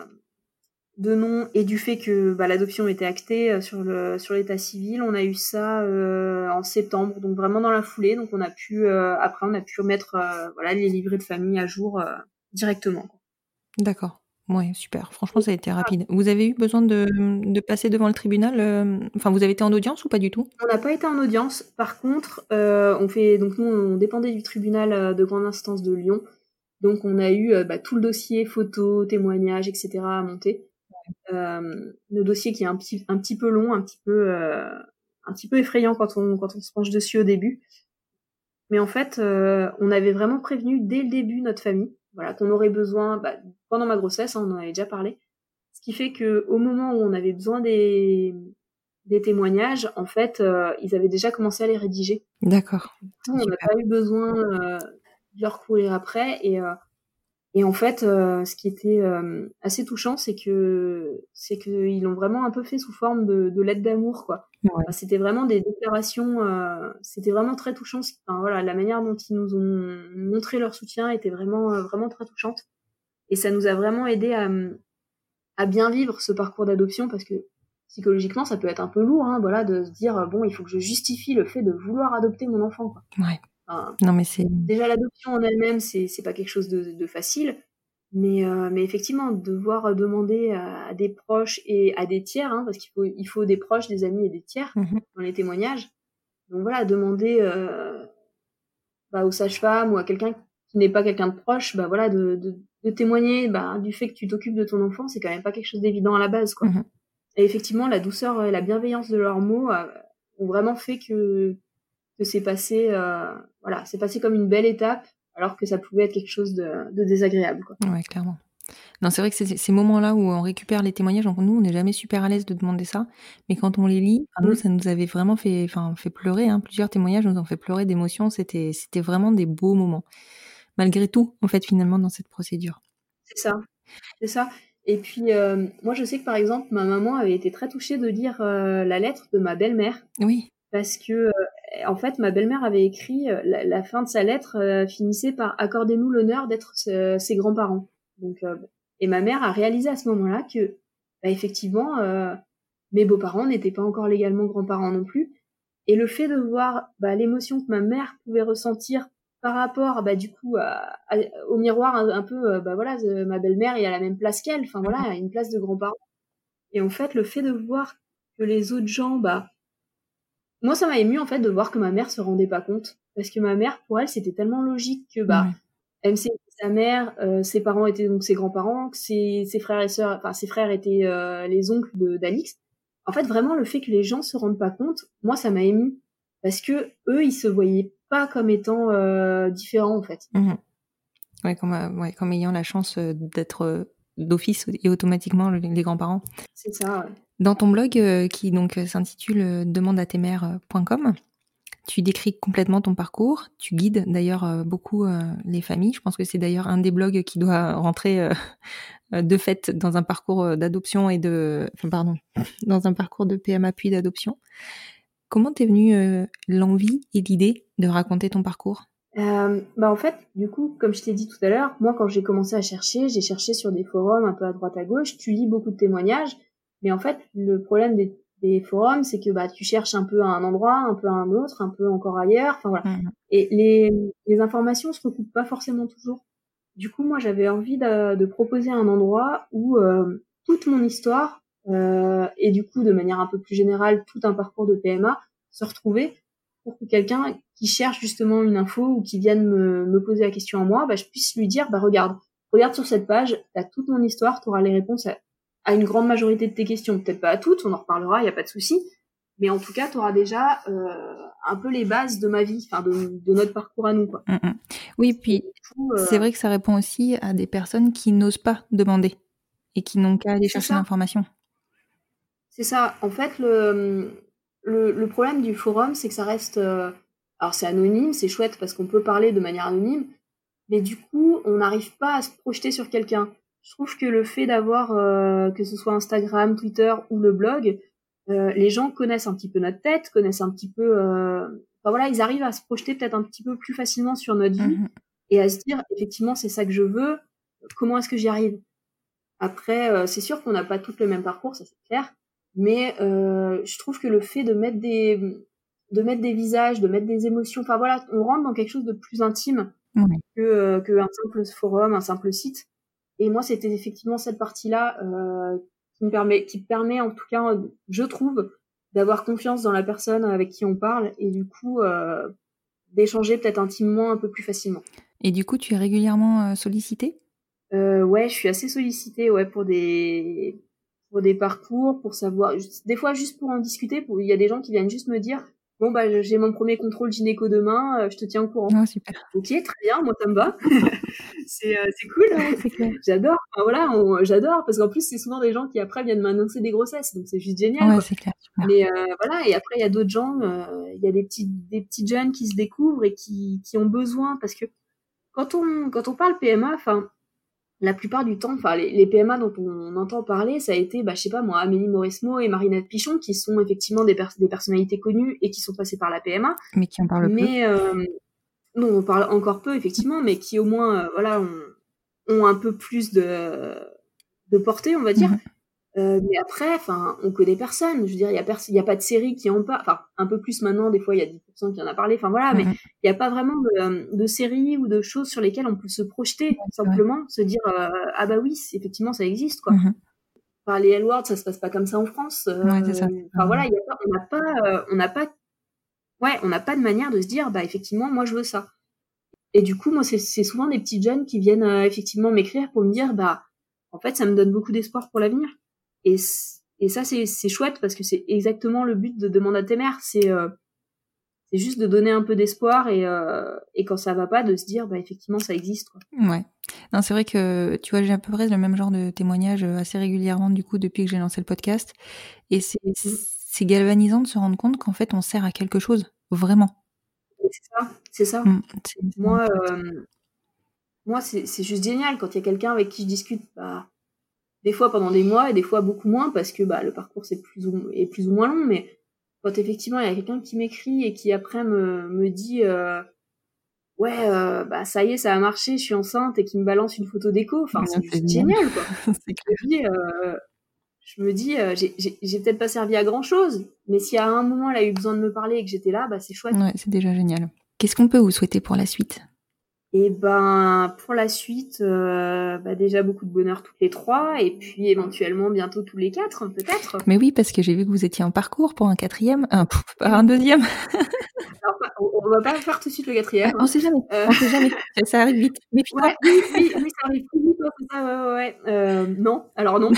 de nom et du fait que bah, l'adoption était actée sur, le, sur l'état civil. On a eu ça euh, en septembre, donc vraiment dans la foulée. Donc, on a pu, euh, après, on a pu mettre euh, voilà, les livrets de famille à jour euh, directement, quoi. D'accord. Ouais, super. Franchement, ça a été rapide. Vous avez eu besoin de, de passer devant le tribunal euh... Enfin, vous avez été en audience ou pas du tout ? On n'a pas été en audience. Par contre, euh, on fait donc nous, on dépendait du tribunal de grande instance de Lyon. Donc, on a eu euh, bah, tout le dossier, photos, témoignages, et cetera à monter. Euh, le dossier qui est un petit, un petit peu long, un petit peu, euh, un petit peu effrayant quand on, quand on se penche dessus au début. Mais en fait, euh, on avait vraiment prévenu dès le début notre famille. Voilà, qu'on aurait besoin, bah, pendant ma grossesse, hein, on en avait déjà parlé. Ce qui fait que au moment où on avait besoin des, des témoignages, en fait, euh, ils avaient déjà commencé à les rédiger. D'accord. Du coup, on n'a pas eu besoin euh, de leur courir après. Et, euh, et en fait, euh, ce qui était euh, assez touchant, c'est que c'est qu'ils l'ont vraiment un peu fait sous forme de, de lettre d'amour, quoi. Ouais. Enfin, c'était vraiment des déclarations, euh, c'était vraiment très touchant. Enfin, voilà, la manière dont ils nous ont montré leur soutien était vraiment, euh, vraiment très touchante. Et ça nous a vraiment aidé à, à bien vivre ce parcours d'adoption, parce que psychologiquement, ça peut être un peu lourd, hein, voilà, de se dire, bon, il faut que je justifie le fait de vouloir adopter mon enfant, quoi. Ouais. Enfin, non, mais c'est... Déjà, l'adoption en elle-même, c'est, c'est pas quelque chose de, de facile, mais, euh, mais effectivement, devoir demander à, à des proches et à des tiers, hein, parce qu'il faut, il faut des proches, des amis et des tiers Mmh. dans les témoignages. Donc voilà, demander euh, bah, aux sages-femmes ou à quelqu'un qui n'est pas quelqu'un de proche, bah voilà, de, de, de témoigner bah, du fait que tu t'occupes de ton enfant, c'est quand même pas quelque chose d'évident à la base, quoi. Mmh. Et effectivement, la douceur et la bienveillance de leurs mots euh, ont vraiment fait que, que c'est passé, euh, voilà, c'est passé comme une belle étape, alors que ça pouvait être quelque chose de, de désagréable, quoi. Ouais, clairement. Non, c'est vrai que c'est ces moments-là où on récupère les témoignages, donc nous, on n'est jamais super à l'aise de demander ça, mais quand on les lit, enfin, nous, Mm. ça nous avait vraiment fait, enfin, fait pleurer, hein. Plusieurs témoignages nous ont fait pleurer d'émotion. C'était, c'était vraiment des beaux moments. Malgré tout, en fait, finalement, dans cette procédure. C'est ça, c'est ça. Et puis, euh, moi, je sais que par exemple, ma maman avait été très touchée de lire euh, la lettre de ma belle-mère, Oui. parce que, euh, en fait, ma belle-mère avait écrit, euh, la, la fin de sa lettre euh, finissait par « Accordez-nous l'honneur d'être euh, ses grands-parents ». Donc, euh, et ma mère a réalisé à ce moment-là que, bah, effectivement, euh, mes beaux-parents n'étaient pas encore légalement grands-parents non plus. Et le fait de voir bah, l'émotion que ma mère pouvait ressentir par rapport, bah, du coup, à, à, au miroir un, un peu, euh, bah voilà, euh, ma belle-mère est à la même place qu'elle, enfin voilà, à une place de grands-parents. Et en fait, le fait de voir que les autres gens, bah, moi, ça m'a ému en fait de voir que ma mère se rendait pas compte, parce que ma mère, pour elle, c'était tellement logique que bah, Ouais. M C était sa mère, euh, ses parents étaient donc ses grands-parents, que ses, ses frères et sœurs, enfin ses frères étaient euh, les oncles de d'Alix. En fait, vraiment, le fait que les gens se rendent pas compte, moi, ça m'a ému, parce que eux, ils se voyaient pas comme étant euh, différents en fait. Mmh. Ouais, comme, euh, ouais, comme ayant la chance euh, d'être euh, d'office et automatiquement le- les grands-parents. C'est ça. Ouais. Dans ton blog euh, qui donc euh, s'intitule euh, demande à tes mères point com, tu décris complètement ton parcours. Tu guides d'ailleurs euh, beaucoup euh, les familles. Je pense que c'est d'ailleurs un des blogs qui doit rentrer euh, de fait dans un parcours d'adoption et de, enfin pardon, dans un parcours de P M A puis d'adoption. Comment t'es venue euh, l'envie et l'idée de raconter ton parcours ? Euh, bah en fait, du coup, comme je t'ai dit tout à l'heure, moi quand j'ai commencé à chercher, j'ai cherché sur des forums un peu à droite à gauche. Tu lis beaucoup de témoignages, mais en fait, le problème des, des forums, c'est que bah tu cherches un peu à un endroit, un peu à un autre, un peu encore ailleurs. Enfin voilà. Mmh. Et les les informations se recoupent pas forcément toujours. Du coup, moi, j'avais envie de, de proposer un endroit où euh, toute mon histoire euh, et du coup, de manière un peu plus générale, tout un parcours de P M A se retrouvait, pour que quelqu'un qui cherche justement une info ou qui vienne me, me poser la question à moi, bah, je puisse lui dire, bah regarde, regarde sur cette page, t'as toute mon histoire, t'auras les réponses à, à une grande majorité de tes questions. Peut-être pas à toutes, on en reparlera, y a pas de souci. Mais en tout cas, t'auras déjà euh, un peu les bases de ma vie, enfin de, de notre parcours à nous, quoi. Mmh. Oui, puis Tout, euh, c'est vrai que ça répond aussi à des personnes qui n'osent pas demander et qui n'ont qu'à aller C'est chercher ça. l'information. C'est ça. En fait, le, le, le problème du forum, c'est que ça reste... Euh, alors, c'est anonyme, c'est chouette parce qu'on peut parler de manière anonyme, mais du coup, on n'arrive pas à se projeter sur quelqu'un. Je trouve que le fait d'avoir, euh, que ce soit Instagram, Twitter ou le blog, euh, les gens connaissent un petit peu notre tête, connaissent un petit peu... Euh, enfin voilà, ils arrivent à se projeter peut-être un petit peu plus facilement sur notre vie Mmh. et à se dire, effectivement, c'est ça que je veux, comment est-ce que j'y arrive ? Après, euh, c'est sûr qu'on n'a pas tous le même parcours, ça c'est clair, mais euh, je trouve que le fait de mettre des de mettre des visages, de mettre des émotions, enfin voilà, on rentre dans quelque chose de plus intime Ouais. que euh, que un simple forum, un simple site. Et moi, c'était effectivement cette partie-là euh, qui me permet, qui permet en tout cas, je trouve, d'avoir confiance dans la personne avec qui on parle et du coup euh, d'échanger peut-être intimement un peu plus facilement. Et du coup, tu es régulièrement euh, sollicitée ? Euh, ouais, je suis assez sollicitée, ouais, pour des pour des parcours, pour savoir, des fois juste pour en discuter. Pour, il y a des gens qui viennent juste me dire, bon bah j'ai mon premier contrôle gynéco demain, euh, je te tiens au courant. Oh, super. Ok, très bien, moi ça me va. c'est euh, c'est cool. Ouais, c'est clair. J'adore. Enfin, voilà, on, j'adore parce qu'en plus c'est souvent des gens qui après viennent m'annoncer des grossesses, donc c'est juste génial. Ouais, Quoi. c'est clair. Super. Mais euh, voilà, et après il y a d'autres gens, euh, il y a des petits des petits jeunes qui se découvrent et qui qui ont besoin parce que quand on quand on parle P M A, enfin la plupart du temps, enfin les, les P M A dont on entend parler, ça a été, bah je sais pas moi, Amélie Mauresmo et Marinette Pichon, qui sont effectivement des, pers- des personnalités connues et qui sont passées par la P M A. Mais qui en parlent peu. Mais euh, non, on parle encore peu effectivement, mais qui au moins, euh, voilà, ont, ont un peu plus de de portée, on va dire. Mmh. Euh, mais après, enfin, on connaît personne. Je veux dire, il y a pers- il y a pas de série qui en parle. Enfin, un peu plus maintenant. Des fois, il y a dix pour cent qui en a parlé. Enfin voilà, mais Mmh. il y a pas vraiment de, de séries ou de choses sur lesquelles on peut se projeter Ouais, c'est vrai. simplement, se dire euh, ah bah oui, c'est- effectivement, ça existe quoi. Mmh. Enfin, les L-Words, ça se passe pas comme ça en France. Euh, Ouais, c'est ça. Enfin voilà, il y a pas, on n'a pas, euh, on n'a pas, ouais, on n'a pas de manière de se dire bah effectivement, moi je veux ça. Et du coup, moi, c'est c'est souvent des petits jeunes qui viennent euh, effectivement m'écrire pour me dire bah en fait, ça me donne beaucoup d'espoir pour l'avenir. Et c- et ça, c'est c'est chouette parce que c'est exactement le but de Demande à tes mères. C'est euh, c'est juste de donner un peu d'espoir et euh, et quand ça va pas, de se dire bah effectivement ça existe quoi. Ouais. Non, c'est vrai que tu vois, j'ai à peu près le même genre de témoignages euh, assez régulièrement du coup depuis que j'ai lancé le podcast. Et c'est Mm. c'est galvanisant de se rendre compte qu'en fait on sert à quelque chose, vraiment. Et c'est ça, c'est ça. Mm. C'est- c'est Moi, chouette. euh, moi c'est c'est juste génial quand il y a quelqu'un avec qui je discute. Bah, des fois pendant des mois et des fois beaucoup moins parce que bah le parcours c'est plus ou est plus ou moins long, mais quand effectivement il y a quelqu'un qui m'écrit et qui après me me dit euh, ouais euh, bah ça y est ça a marché, je suis enceinte et qui me balance une photo d'écho, enfin Ouais, c'est c'est juste génial. génial quoi. C'est clair. Je me dis euh, je me dis euh, j'ai j'ai j'ai peut-être pas servi à grand chose, mais si à un moment elle a eu besoin de me parler et que j'étais là, bah c'est chouette. Ouais, c'est déjà génial. Qu'est-ce qu'on peut vous souhaiter pour la suite? Et ben pour la suite, euh, bah déjà beaucoup de bonheur toutes les trois et puis éventuellement bientôt tous les quatre peut-être. Mais oui, parce que j'ai vu que vous étiez en parcours pour un quatrième, un, pff, un deuxième. Alors, pas- on, on va pas faire tout de suite le quatrième. On sait jamais, Euh, on sait jamais. Ça, ça arrive vite. Méfie-toi. ouais, oui, oui, oui, ça arrive plus vite, ouais, c'est ça, ouais, ouais, ouais. Euh, non, alors non.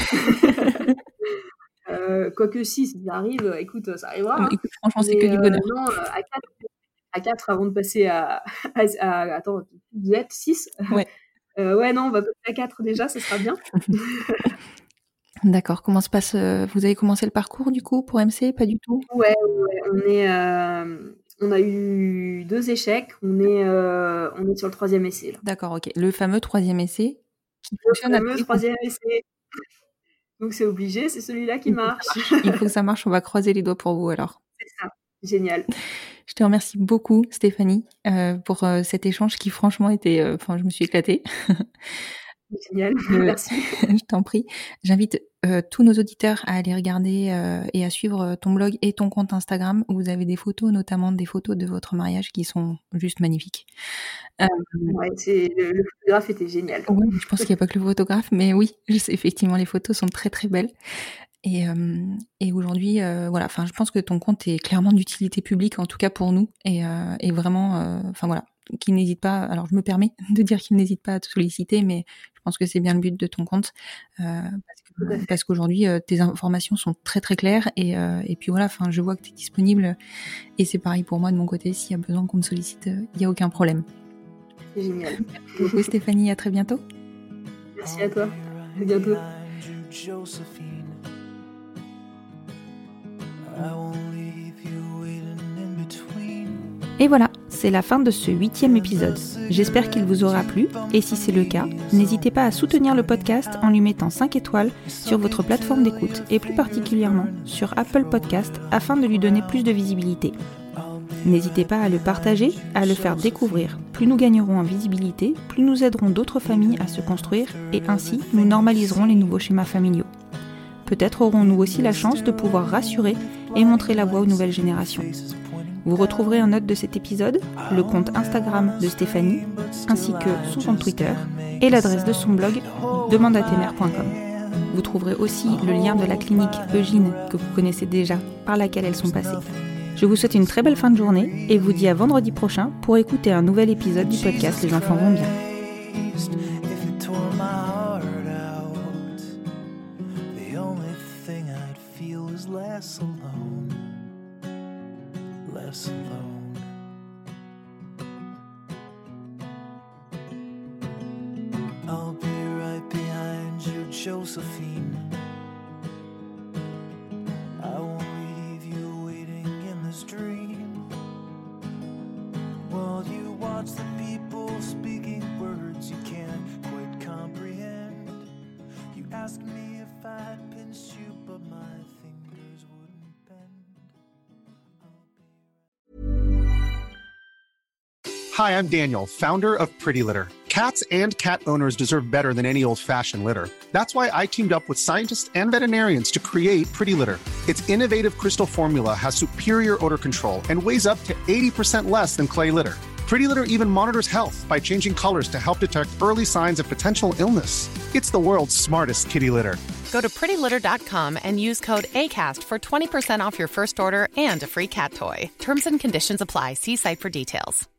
euh, quoique si, si ça arrive, euh, écoute, ça arrivera. Hein. Écoute, franchement, c'est Mais que du euh, bonheur. non, euh, à quatre, à quatre avant de passer à, à, à- attends, vous êtes six. Ouais. Euh, ouais, non, on va passer à quatre déjà, ça sera bien. D'accord. Comment se passe euh, Vous avez commencé le parcours du coup pour M C? Pas du tout. Ouais, ouais, on est, euh, on a eu deux échecs, on est, euh, on est sur le troisième essai là. D'accord, ok. Le fameux troisième essai qui Le fonctionne à tous fameux les coups. troisième essai. Donc c'est obligé, c'est celui-là qui Il faut que ça marche. marche. Il faut que ça marche. On va croiser les doigts pour vous alors. C'est ça, génial. Je te remercie beaucoup, Stéphanie, euh, pour euh, cet échange qui franchement était. Enfin, euh, je me suis éclatée. Génial, Euh, merci. je t'en prie. J'invite euh, tous nos auditeurs à aller regarder euh, et à suivre euh, ton blog et ton compte Instagram où vous avez des photos, notamment des photos de votre mariage qui sont juste magnifiques. Euh, Ouais, c'est, le, le photographe était génial. ouais, je pense qu'il n'y a pas que le photographe, mais oui, je sais, effectivement, les photos sont très très belles. Et, euh, et aujourd'hui, euh, voilà, enfin, je pense que ton compte est clairement d'utilité publique, en tout cas pour nous, et, euh, et vraiment, enfin euh, voilà, qu'il n'hésite pas. Alors, je me permets de dire qu'il n'hésite pas à te solliciter, mais je pense que c'est bien le but de ton compte, euh, parce, que, parce qu'aujourd'hui, euh, tes informations sont très très claires, et, euh, et puis voilà, enfin, je vois que tu es disponible, et c'est pareil pour moi de mon côté. S'il y a besoin qu'on me sollicite, il n'y a aucun problème. C'est génial. Merci beaucoup, Stéphanie, à très bientôt. Merci à toi. À bientôt. Et voilà, c'est la fin de ce huitième épisode. J'espère qu'il vous aura plu, et si c'est le cas, n'hésitez pas à soutenir le podcast en lui mettant cinq étoiles sur votre plateforme d'écoute, et plus particulièrement sur Apple Podcast, afin de lui donner plus de visibilité. N'hésitez pas à le partager, à le faire découvrir. Plus nous gagnerons en visibilité, plus nous aiderons d'autres familles à se construire, et ainsi nous normaliserons les nouveaux schémas familiaux. Peut-être aurons-nous aussi la chance de pouvoir rassurer et montrer la voie aux nouvelles générations. Vous retrouverez en note de cet épisode le compte Instagram de Stéphanie, ainsi que son compte Twitter et l'adresse de son blog demande à tes mères point com. Vous trouverez aussi le lien de la clinique Eugine que vous connaissez déjà, par laquelle elles sont passées. Je vous souhaite une très belle fin de journée et vous dis à vendredi prochain pour écouter un nouvel épisode du podcast Les enfants vont bien. Less alone. I'll be right behind you, Josephine. I won't leave you waiting in this dream. While you watch the people speaking words you can't quite comprehend. You ask me if I'd pinch you, but my fingers wouldn't bend. Hi, I'm Daniel, founder of Pretty Litter. Cats and cat owners deserve better than any old-fashioned litter. That's why I teamed up with scientists and veterinarians to create Pretty Litter. Its innovative crystal formula has superior odor control and weighs up to eighty percent less than clay litter. Pretty Litter even monitors health by changing colors to help detect early signs of potential illness. It's the world's smartest kitty litter. Go to pretty litter dot com and use code ACAST for twenty percent off your first order and a free cat toy. Terms and conditions apply. See site for details.